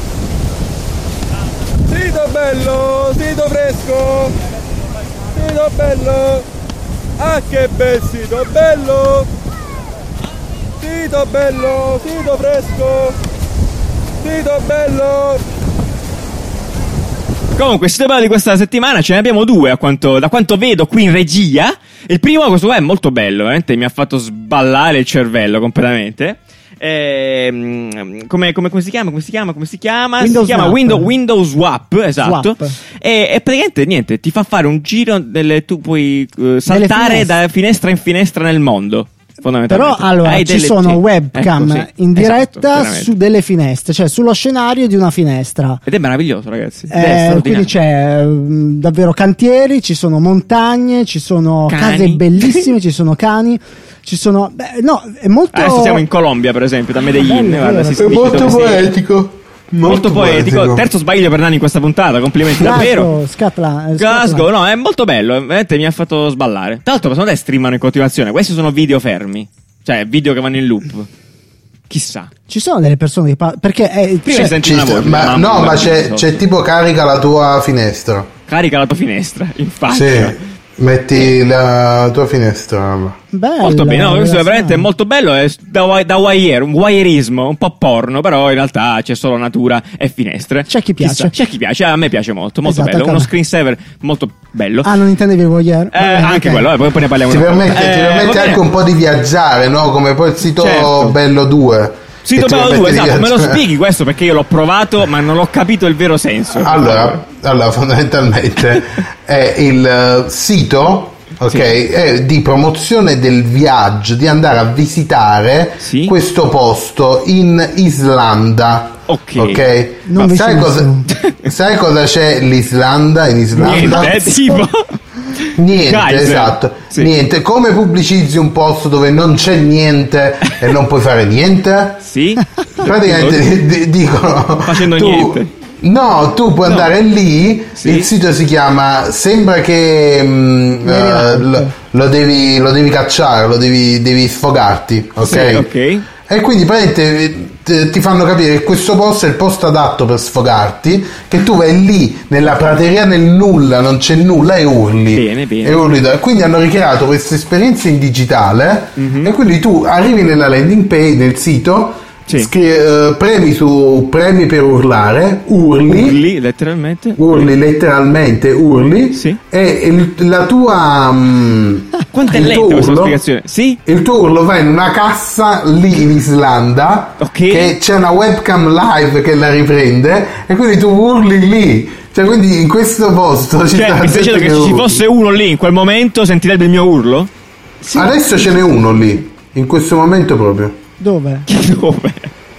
Sito bello, sito fresco, sito bello, ah che bel sito bello, sito bello, sito fresco, sito bello. Comunque, sito bello di questa settimana ce ne abbiamo due, a quanto, da quanto vedo qui in regia. Il primo, questo qua è molto bello, veramente mi ha fatto sballare il cervello completamente. Eh, come, come, come si chiama? Come si chiama? Come si chiama? Windows si chiama Swap. Windows, Windows Swap, esatto. Swap. E, e praticamente niente, ti fa fare un giro delle, tu puoi uh, saltare finestre. da finestra in finestra nel mondo. Però Fondamentalmente. allora Hai ci delle- sono sì, webcam ecco, sì. in diretta Esatto, veramente. su delle finestre, cioè sullo scenario di una finestra. Ed è meraviglioso, ragazzi. Ed è Eh, straordinario. quindi c'è mm, davvero cantieri, ci sono montagne, ci sono Cani. case bellissime, ci sono cani, ci sono beh, no, è molto Adesso siamo in Colombia, per esempio, da Medellin. Bello, Guarda, vero. si È spinge molto dove si- poetico. Molto poetico. Terzo sbaglio per Nani in questa puntata. Complimenti, davvero. Glasgow, Scotland, Glasgow, no, è molto bello. Veramente mi ha fatto sballare. Tra l'altro, secondo te streamano in continuazione? Questi sono video fermi, cioè video che vanno in loop. Chissà. Ci sono delle persone che par- perché è, Prima cioè, senti Ci una sta- voce, ma, mamma, no, guarda, ma c'è, so. c'è tipo carica la tua finestra. Carica la tua finestra, in faccia. Sì, metti la tua finestra. bello, Molto bene, no, questo è rilassante. veramente molto bello, è da, wi- da wire, un wireismo, un po' porno, però in realtà c'è solo natura e finestre. C'è chi piace. Chissà, c'è chi piace, a me piace molto, molto Esatto, bello, anche a uno me. screensaver molto bello. Ah, non intendevi il voyeur? Eh, Va bene, anche ok. quello, eh, poi, poi ne parliamo Ti una permette, volta. ti Eh, permette va bene. anche un po' di viaggiare, no? Come poi il sito Certo. Bello due. Sito che ti Bello permette due, di esatto, me lo viaggiare. spieghi questo perché io l'ho provato ma non ho capito il vero senso. Allora, allora fondamentalmente è il eh, sito, ok, Sì. è di promozione del viaggio, di andare a visitare Sì. questo posto in Islanda. Ok. Ok? Non Ma sai, vicinissimo. cosa, sai cosa c'è l'Islanda in Islanda? Niente, eh, tipo... Niente, Kaiser. esatto. Sì. Niente. Come pubblicizzi un posto dove non c'è niente e non puoi fare niente? Sì? Praticamente di- dicono Facendo tu- niente. No, tu puoi No. andare lì, Sì. il sito si chiama Sembra che mm, Very eh, Nice. lo, lo devi, lo devi cacciare, lo devi, devi sfogarti, ok? Sì, ok. E quindi praticamente eh, ti fanno capire che questo posto è il posto adatto per sfogarti, che tu vai lì nella prateria nel nulla, non c'è nulla e urli. Bene, bene. E urli da- quindi hanno ricreato questa esperienza in digitale Mhm. e quindi tu arrivi nella landing page, nel sito, Sì. scri- eh, premi su premi per urlare, urli, Urli, letteralmente. urli letteralmente, urli Sì. e il- la tua mm, Quanto è il lenta tuo questa urlo- spiegazione? Sì? il tuo urlo va in una cassa lì in Islanda, Ok. che c'è una webcam live che la riprende e quindi tu urli lì, cioè quindi in questo posto ci Cioè, sta mi stai dicendo gente che se ci urla. fosse uno lì in quel momento sentirebbe il mio urlo? Adesso ce n'è uno lì in questo momento proprio. Dove? Dove?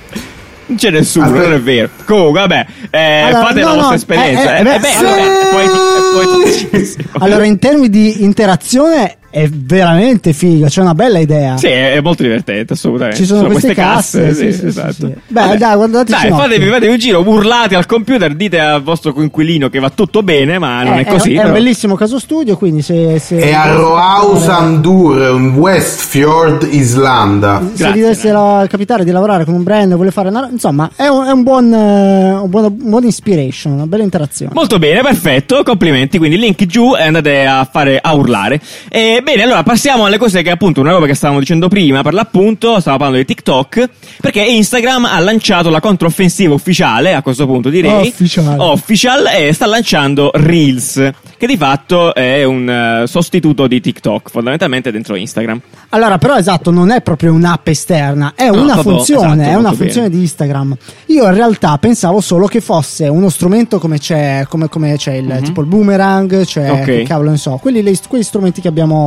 Non c'è nessuno, Aspetta. non è vero. Comunque, vabbè, eh, Allora, fate no, la vostra no, esperienza. eh, eh, Eh, beh, eh, beh, sì. allora, è poeti- è poeticissimo. Allora, in termini di interazione è veramente figa, c'è una bella idea. Sì, è è molto divertente, assolutamente. Ci sono queste casse, sì, sì, sì, esatto. sì, sì. Beh, Vabbè. dai, guardateci Dai, un occhio. fatevi, fatevi un giro, urlate al computer, dite al vostro coinquilino che va tutto bene, ma non Eh, è così. È, un però. bellissimo caso studio, quindi se... se È a Roausandur, in Westfjord, Islanda. Se Grazie, vi dovesse la- capitare di lavorare con un brand e vuole fare una, insomma è un, è un buon eh, un buon, un buon inspiration, una bella interazione. Molto bene, perfetto, complimenti. Quindi link giù e andate a fare a urlare. E bene, allora passiamo alle cose che appunto una roba che stavamo dicendo prima, per l'appunto, stavo parlando di TikTok, perché Instagram ha lanciato la controffensiva ufficiale, a questo punto direi. Official. Official, e sta lanciando Reels, che di fatto è un eh, sostituto di TikTok, fondamentalmente dentro Instagram. Allora, però esatto, non è proprio un'app esterna, è No, una proprio, funzione, esatto, è una molto funzione bene. di Instagram. Io in realtà pensavo solo che fosse uno strumento come c'è, come, come c'è il, tipo il boomerang, cioè Ok. che cavolo ne so, quelli, le- quegli strumenti che abbiamo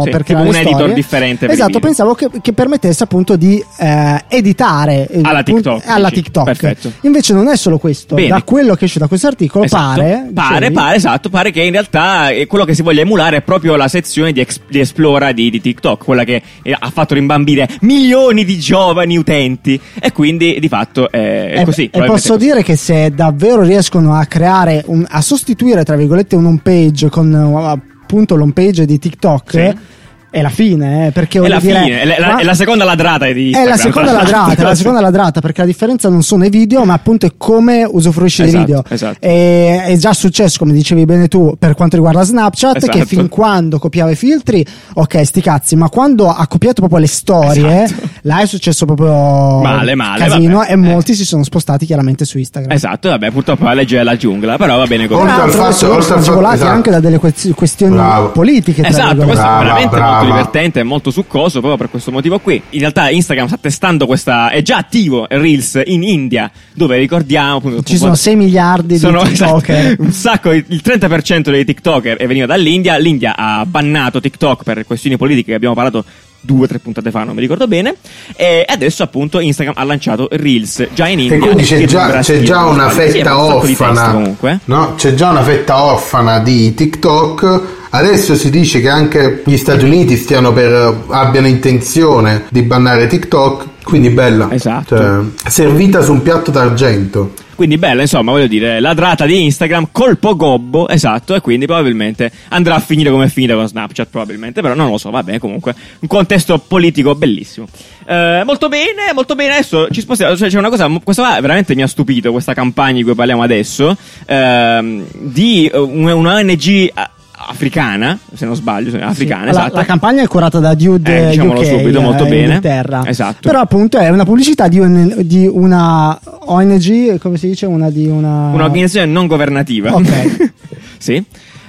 sì, per tipo creare un storie. editor differente per esatto, i video. pensavo che, che permettesse appunto di eh, editare eh, alla appunto, TikTok, alla dici. TikTok. Perfetto. Invece non è solo questo. Bene. Da quello che esce da questo articolo Esatto. pare pare, dicevi, pare, esatto, pare che in realtà eh, quello che si voglia emulare è proprio la sezione di, ex- di Esplora di, di TikTok, quella che eh, ha fatto rimbambire milioni di giovani utenti, e quindi di fatto eh, è E, così. e posso così. dire che se davvero riescono a creare un, a sostituire tra virgolette un home page con uh, appunto l'home page di TikTok, Sì. è la fine, eh, perché È la dire, fine, è la, ma- è la seconda ladrata di Instagram. è la seconda ladrata, è la seconda ladrata, perché la differenza non sono i video, ma appunto è come usufruisci Esatto, dei video. esatto. E, è già successo, come dicevi bene tu, per quanto riguarda Snapchat, Esatto. che fin quando copiava i filtri, ok, sti cazzi, ma quando ha copiato proprio le storie, Esatto. là è successo proprio Male, male, casino, vabbè. e molti Eh. si sono spostati chiaramente su Instagram. Esatto, vabbè, purtroppo la legge della giungla, però va bene così. Oltre al Peraltro fatto- adesso loro oltre sono al fatto- agevolati esatto. anche da delle quest- questioni Bravo. politiche, tra Esatto, virgolette. questo Brava, è veramente brava. molto divertente e molto succoso proprio per questo motivo qui. In realtà Instagram sta testando questa, è già attivo Reels in India, dove ricordiamo appunto, Ci sono sei miliardi sono, di TikToker. esatto, un sacco, il trenta per cento dei TikToker è veniva dall'India. L'India ha bannato TikTok per questioni politiche che abbiamo parlato due o tre puntate fa, non mi ricordo bene, e adesso appunto Instagram ha lanciato Reels già in India, E quindi e c'è in già, Brasile, c'è già non una sbaglio. Sì, fetta un sacco di test orfana, comunque. no? C'è già una fetta orfana di TikTok. Adesso si dice che anche gli Stati Uniti stiano per abbiano intenzione di bannare TikTok, quindi bella, Esatto. cioè, servita su un piatto d'argento. Quindi bella, insomma, voglio dire, ladrata di Instagram, colpo gobbo, esatto, e quindi probabilmente andrà a finire come è finita con Snapchat, probabilmente, però non lo so, vabbè, comunque, un contesto politico bellissimo. Eh, molto bene, molto bene, adesso ci spostiamo, cioè c'è una cosa, questa veramente mi ha stupito, questa campagna di cui parliamo adesso, ehm, di un- una O N G africana, se non sbaglio, africana, Sì, la, esatto. la campagna è curata da Dude Eh, diciamolo U K, subito, molto eh, bene. Inghilterra. Esatto. Però appunto è una pubblicità di, un, di una O N G, come si dice, una di una Un'organizzazione non governativa. Ok. Sì.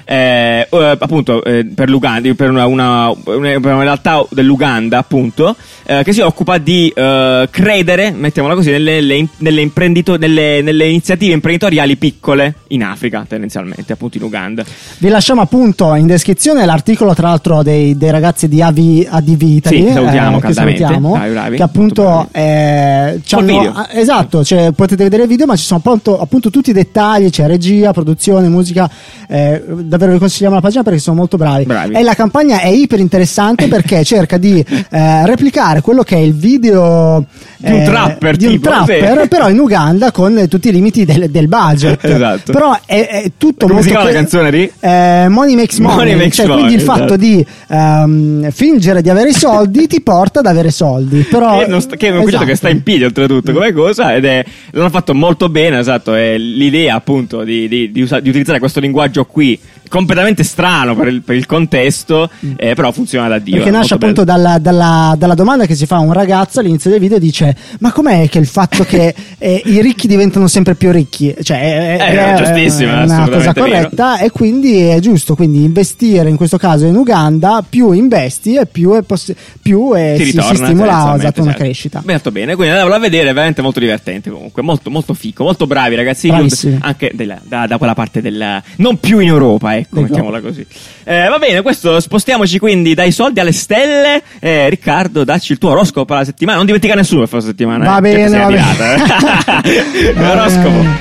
Eh, eh, appunto eh, per l'Uganda, per una, una, una, per una realtà dell'Uganda, appunto, eh, che si occupa di eh, credere, mettiamola così, nelle, nelle, nelle, imprendito- nelle, nelle iniziative imprenditoriali piccole in Africa, tendenzialmente, appunto in Uganda. Vi lasciamo appunto in descrizione l'articolo, tra l'altro, dei, dei ragazzi di A D V Italy, Sì, salutiamo eh, che caldamente. salutiamo, Dai, bravi, che appunto molto eh, Col c'hanno- video. ah, esatto, cioè, potete vedere il video, ma ci sono appunto, appunto tutti i dettagli, c'è regia, produzione, musica, eh, davvero vi consigliamo la pagina perché sono molto bravi. Bravi. E la campagna è iper interessante perché cerca di eh, replicare quello che è il video Di un eh, trapper, di un tipo, trapper, sì. però in Uganda con eh, tutti i limiti del, del budget. Esatto. Però è, è tutto Come molto si chiama la che- canzone lì? eh, Money Makes Money, Money Makes cioè, Money, quindi il esatto. fatto di ehm, fingere di avere i soldi ti porta ad avere soldi, però Che, non sta, che è un concetto esatto. che sta in piedi oltretutto come cosa, ed è l'hanno fatto molto bene, esatto. È l'idea appunto di, di, di, usa- di utilizzare questo linguaggio qui completamente strano per il, per il contesto, eh, però funziona da Dio. Perché è nasce molto appunto bello. dalla, dalla, dalla domanda che si fa a un ragazzo all'inizio del video e dice: ma com'è che il fatto che eh, i ricchi diventano sempre più ricchi? Cioè è, Eh, è- giustissimo, è è una cosa assolutamente corretta, e quindi è giusto, quindi investire in questo caso in Uganda, più investi e più, è possi- più è- Ti si, si ritorna stimola tendenzialmente, esatto, una certo. crescita. Molto bene, quindi andatelo a vedere, è veramente molto divertente comunque, molto molto fico, molto bravi ragazzi, Bravissimi. anche della- da, da quella parte del non più in Europa, ecco, Del mettiamola così. Eh, va bene, questo spostiamoci quindi dai soldi alle stelle. Eh, Riccardo, dacci il tuo oroscopo per la settimana, non dimentica nessuno per questa settimana. Va eh, bene, che sei va bene. arrivata, eh. Va L'oroscopo. bene.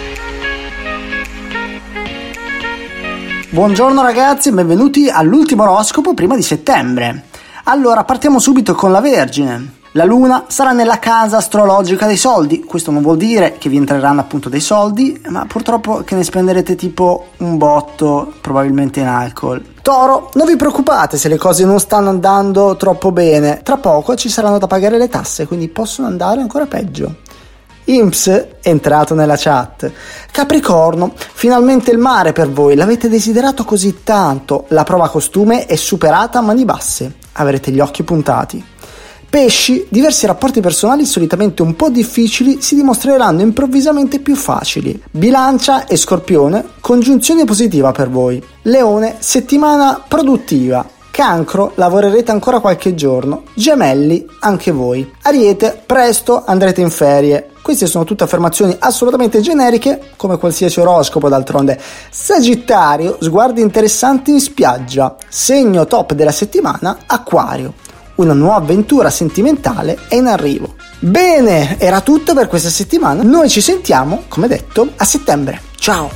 Buongiorno ragazzi e benvenuti all'ultimo oroscopo prima di settembre. Allora, partiamo subito con la Vergine. La luna sarà nella casa astrologica dei soldi. Questo non vuol dire che vi entreranno appunto dei soldi, ma purtroppo che ne spenderete tipo un botto, probabilmente in alcol. Toro, non vi preoccupate se le cose non stanno andando troppo bene. Tra poco ci saranno da pagare le tasse, quindi possono andare ancora peggio. Imps è entrato nella chat. Capricorno, finalmente il mare per voi, l'avete desiderato così tanto. La prova costume è superata a mani basse, avrete gli occhi puntati. Pesci, diversi rapporti personali solitamente un po' difficili si dimostreranno improvvisamente più facili. Bilancia e Scorpione, congiunzione positiva per voi. Leone, settimana produttiva. Cancro, lavorerete ancora qualche giorno. Gemelli, anche voi. Ariete, presto andrete in ferie. Queste sono tutte affermazioni assolutamente generiche, come qualsiasi oroscopo d'altronde. Sagittario, sguardi interessanti in spiaggia. Segno top della settimana, Acquario. Una nuova avventura sentimentale è in arrivo. Bene, era tutto per questa settimana. Noi ci sentiamo, come detto, a settembre. Ciao!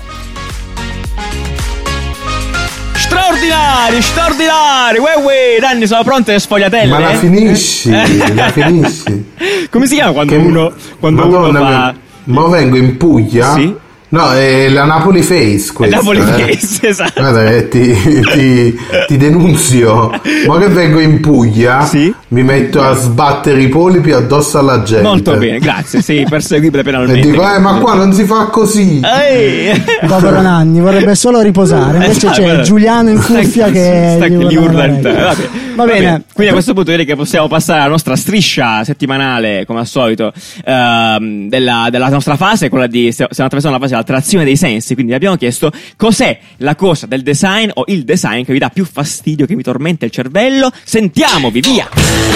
Straordinari, straordinari! Uè, uè, Danni, sono pronte le sfogliatelle? Ma la finisci, la finisci. Come si chiama quando Che... uno, quando Madonna, uno fa... Ma vengo in Puglia? Sì. No, è la Napoli Face questa. Napoli eh. Face, esatto. Guarda, eh, ti, ti, ti denunzio. Ma che vengo in Puglia, sì? Mi metto a sbattere i polipi addosso alla gente. Molto bene, grazie, sì, perseguibile penalmente. E dico, eh, ma qua non si fa così. Ehi. Povero Nanni, vorrebbe solo riposare. Invece esatto, c'è Giuliano in cuffia che sta che gli gli urla in urla. te. Vabbè. Va bene. Vabbè. Quindi a questo punto direi che possiamo passare alla nostra striscia settimanale, come al solito, ehm, della, della nostra fase, quella di stiamo attraversando la fase dell'attrazione dei sensi. Quindi abbiamo chiesto cos'è la cosa del design o il design che vi dà più fastidio, che vi tormenta il cervello. Sentiamovi, via!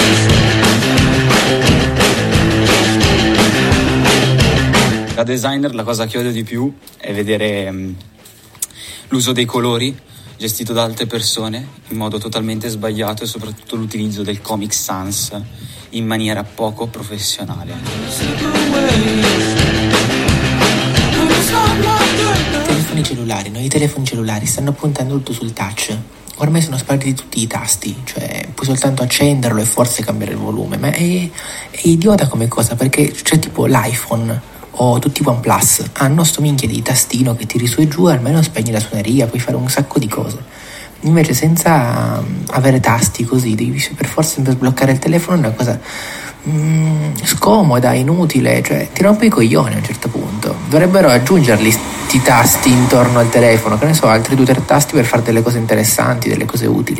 Da designer la cosa che odio di più è vedere um, l'uso dei colori gestito da altre persone in modo totalmente sbagliato e soprattutto l'utilizzo del Comic Sans in maniera poco professionale. Telefoni cellulari, no? I telefoni cellulari stanno puntando tutto sul touch. Ormai sono spariti tutti i tasti, cioè puoi soltanto accenderlo e forse cambiare il volume, ma è, è idiota come cosa, perché c'è tipo l'iPhone o tutti i OnePlus hanno sto minchia di tastino che tiri su e giù, almeno spegni la suoneria, puoi fare un sacco di cose. Invece senza avere tasti così, devi per forza sbloccare il telefono, è una cosa mm, scomoda, inutile, cioè ti rompe i coglioni a un certo punto. Dovrebbero aggiungerli sti tasti intorno al telefono, che ne so, altri due o tre tasti per fare delle cose interessanti, delle cose utili.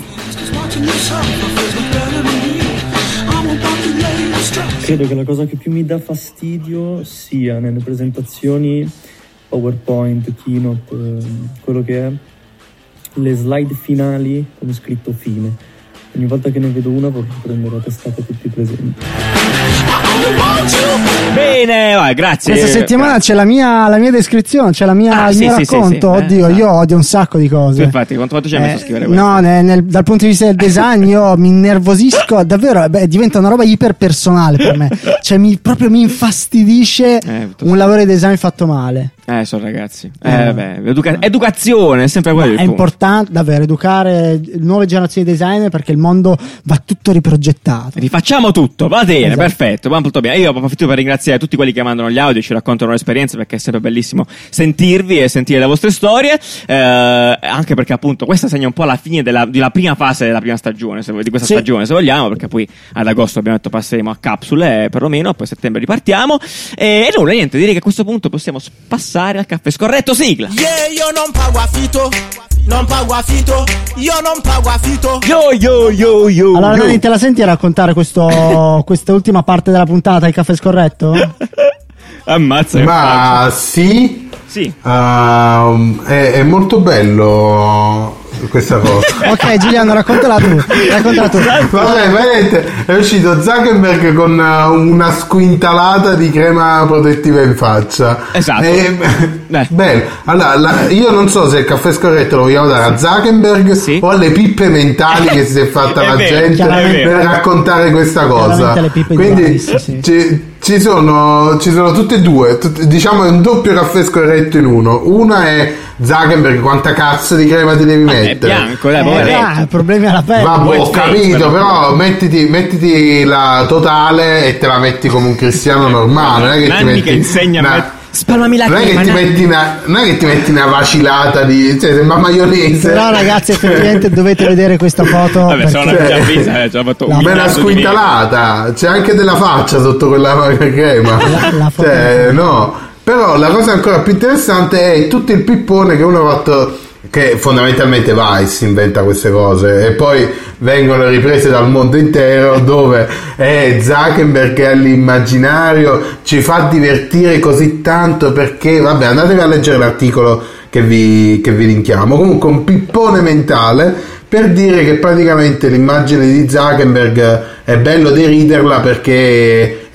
Credo che la cosa che più mi dà fastidio sia nelle presentazioni PowerPoint, Keynote, eh, quello che è, le slide finali con scritto fine. Ogni volta che ne vedo una vorrei prendere a testata tutti i presenti. Bene, vai, grazie. Questa settimana grazie. c'è la mia, la mia descrizione, c'è la mia, ah, il sì, mio sì, racconto. sì, sì. Oddio, eh, io odio un sacco di cose. Tu infatti, quanto fatto ci hai messo a scrivere eh, questo? No, nel, nel, dal punto di vista del design io mi innervosisco, davvero, beh, diventa una roba iperpersonale per me. Cioè mi, proprio mi infastidisce eh, un lavoro di design fatto male. Eh, sono ragazzi. Eh, eh vabbè, educa- educazione è sempre quello. È importante davvero educare nuove generazioni di designer, perché il mondo va tutto riprogettato. Rifacciamo tutto, va bene, esatto. Perfetto, va molto bene. Io approfitto per ringraziare tutti quelli che mandano gli audio e ci raccontano l'esperienza, perché è sempre bellissimo sentirvi e sentire le vostre storie. Eh, anche perché appunto questa segna un po' la fine della, della prima fase della prima stagione, se, di questa sì. stagione, se vogliamo, perché poi ad agosto abbiamo detto passeremo a capsule, eh, perlomeno, poi a settembre ripartiamo. E, e nulla, niente, direi che a questo punto possiamo passare al caffè scorretto, sigla. Yeah, io non pago affitto, non pago affitto, io non pago affitto. Yo yo yo yo. Allora, yo. Nani, te la senti a raccontare questo questa ultima parte della puntata, il caffè scorretto? Ammazza. Ma sì, sì. Uh, è, è molto bello questa cosa. Ok, Giuliano, raccontala tu. Raccontala tu. Vabbè, vedete, è uscito Zuckerberg con una squintalata di crema protettiva in faccia. Esatto. E, bello. Allora, la, io non so se il caffè scorretto lo vogliamo dare a Zuckerberg sì. o alle pippe mentali che si è fatta la vero, gente per raccontare questa cosa. Quindi sì. ci, ci sono ci sono tutte e due, tut, diciamo è un doppio caffè scorretto in uno. Una è Zuckerberg, quanta cazzo di crema ti devi mettere? È bianco, dai, eh, ah, problemi alla pelle. Vabbè, ho capito, però mettiti, mettiti la totale e te la metti come un cristiano normale. Non è che Nanni ti metti che insegna una, a me. Spalmami la non, è che ti metti una, non è che ti metti una vacillata di, cioè sembra maionese. Però ragazzi, effettivamente dovete vedere questa foto. Vabbè, perché... sono già vista, eh, ci ho fatto no, un bella squintalata, c'è anche della faccia sotto quella crema. La, la cioè, no. Però la cosa ancora più interessante è tutto il pippone che uno ha fatto, che fondamentalmente Vice inventa queste cose e poi vengono riprese dal mondo intero, dove è Zuckerberg che all'immaginario ci fa divertire così tanto, perché vabbè, andatevi a leggere l'articolo che vi, che vi linkiamo. Comunque un pippone mentale per dire che praticamente l'immagine di Zuckerberg è bello deriderla perché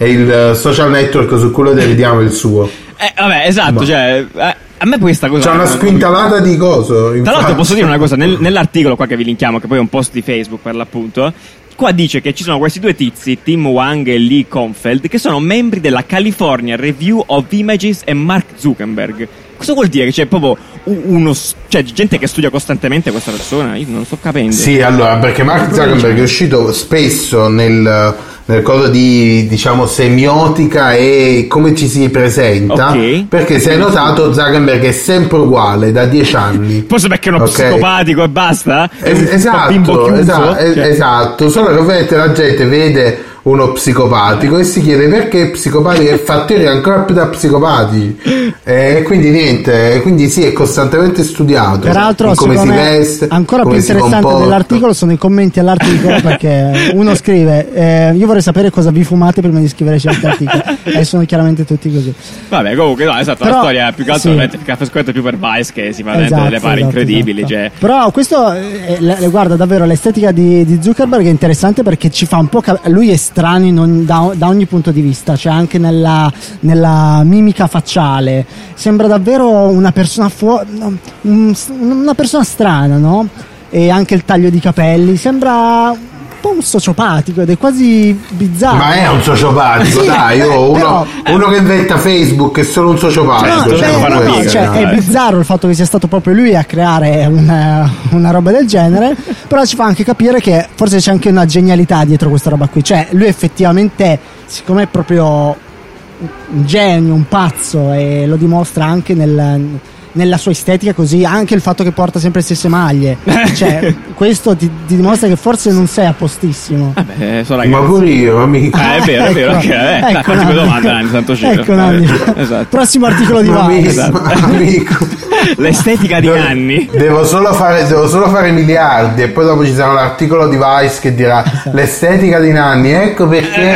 è il social network su cui lo deridiamo il suo. Eh, vabbè, esatto, Ma. cioè, eh, a me questa cosa... C'è una squintalata di coso. Tra infatti. l'altro posso dire una cosa, nel- nell'articolo qua che vi linkiamo, che poi è un post di Facebook per l'appunto, qua dice che ci sono questi due tizi, Tim Wang e Lee Konfeld, che sono membri della California Review of Images e Mark Zuckerberg. Cosa vuol dire? Che c'è proprio uno, cioè gente che studia costantemente questa persona? Io non lo sto capendo. Sì, allora, perché Mark Zuckerberg è uscito spesso nel, nel coso di, diciamo, semiotica e come ci si presenta, Ok. perché se hai notato Zuckerberg è sempre uguale da dieci anni. Forse perché è uno Ok. psicopatico e basta? È Es- un bimbo esatto, chiuso? esatto, es- Cioè- esatto, solo che ovviamente la gente vede uno psicopatico e si chiede perché psicopatico è fattori ancora più da psicopati, e quindi niente, quindi sì, è costantemente studiato. Peraltro, in come si secondo me, veste, ancora come più si interessante comporta. dell'articolo sono i commenti all'articolo, perché uno scrive eh, io vorrei sapere cosa vi fumate prima di scrivere certi articoli, e sono chiaramente tutti così. Vabbè, comunque no, esatto, Però, la storia più che altro sì. veramente, Caffè Squatto più per Vice, che si fa dentro Esatto, delle pari esatto, incredibili, esatto. cioè. Però questo eh, le- le- guarda, davvero l'estetica di, di Zuckerberg è interessante, perché ci fa un po' cap- lui è strano in ogni- da, da ogni punto di vista, cioè anche nella, nella mimica facciale sembra davvero una persona fuori, una persona strana, no? E anche il taglio di capelli sembra un po' un sociopatico, ed è quasi bizzarro. Ma è un sociopatico, Sì, dai, oh, uno, però- uno che inventa Facebook è solo un sociopatico. No, cioè, cioè, non no, può no, essere, cioè, no, è eh. bizzarro il fatto che sia stato proprio lui a creare una, una roba del genere, però ci fa anche capire che forse c'è anche una genialità dietro questa roba qui, cioè lui effettivamente, siccome è proprio un genio, un pazzo, e lo dimostra anche nel, nella sua estetica, così anche il fatto che porta sempre le stesse maglie, cioè questo ti, ti dimostra che forse non sei a postissimo. Eh, so, Ma pure io, amico. Eh, è vero, è vero, Ecco, ok, eh, ecco, ecco, Nanni. domanda, Nanni, santo cielo. Ecco, Nanni. Esatto. Prossimo articolo di Ma Vice. amico, Esatto. amico. L'estetica di Nanni. Devo solo fare, devo solo fare miliardi e poi dopo ci sarà un articolo di Vice che dirà l'estetica di Nanni, ecco perché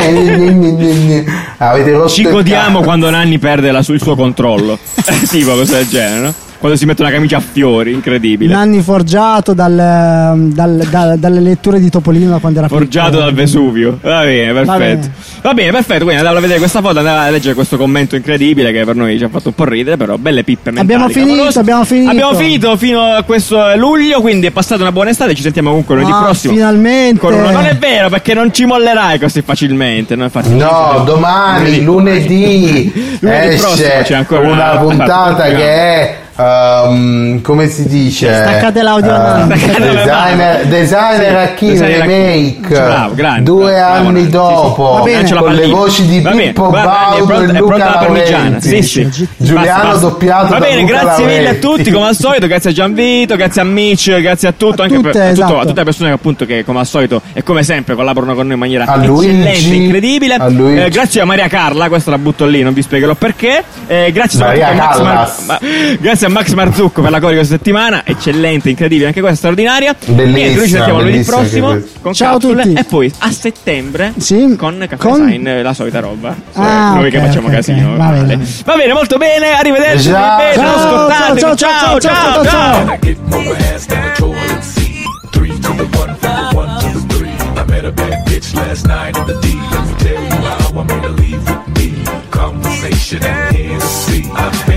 avete rotto Ci il godiamo cazzo. quando Nanni perde la- il suo controllo. Tipo cosa del genere, no? Quando si mette una camicia a fiori, incredibile. Nanni forgiato dal, dal- dal- dalle letture di Topolino da quando era Forgiato piccolo. dal Vesuvio. Va bene, perfetto. Va bene. Va bene, perfetto. Quindi andavo a vedere questa foto, andavo a leggere questo commento incredibile che per noi ci ha fatto un po' ridere, però belle pippe mentali. Abbiamo finito, clamorose. abbiamo finito. Abbiamo finito fino a questo luglio, quindi è passata una buona estate. Ci sentiamo comunque lunedì Ah, prossimo. finalmente. Con una- Non è vero, perché non ci mollerai così facilmente. No, infatti, ci No, sentiamo domani, lunedì, Lunedì prossimo esce c'è ancora una una- puntata una- che è ehm, come si dice? Staccate l'audio a Nanni. Eh, Staccate l'audio a designer, Nanni. designer Sì, a chi designer a chi. remake Bravo, grande, due bravo, anni Nanni, sì, sì. dopo Va bene. Lancia la con le pallina. voci di Va bene, Pippo guarda, Nanni, è Baudo pronta- e è pronta la Luca parmigiana. Laurenti. Sì, sì. Giuliano Basta, basta. doppiato Va da bene, Luca grazie mille a Laurenti. tutti come al solito, grazie a Gianvito, grazie a Mitch, grazie a tutto, A anche tutte, per, a, tutto- esatto. a tutte le persone che appunto che come al solito e come sempre collaborano con noi in maniera A Luigi, eccellente, incredibile. a Luigi. Eh, grazie a Maria Carla, questo la butto lì, non vi spiegherò perché. Eh, grazie Maria soprattutto a Max, Callas. Mar- ma- grazie a Max Marzucco per la corica questa settimana, eccellente, incredibile, anche questa straordinaria. Bellissima, Niente, noi ci sentiamo lunedì bellissima prossimo anche questa. con Ciao a Capsule, tutti. e poi a settembre Sì, con Caffè con- Design, la solita roba. Cioè, Ah, noi ok, che facciamo ok, casino. ok, va male. bene. Va bene, molto bene, arrivederci. Ciao. bene, Ciao, ascoltatemi, ciao, ciao, ciao, ciao, ciao. I get more ass than a toilet seat. Three to the one, from the one to the three. I met a bad bitch last night in the D. Let me tell you how I made her leave with me. Conversation and Hennessy. I've been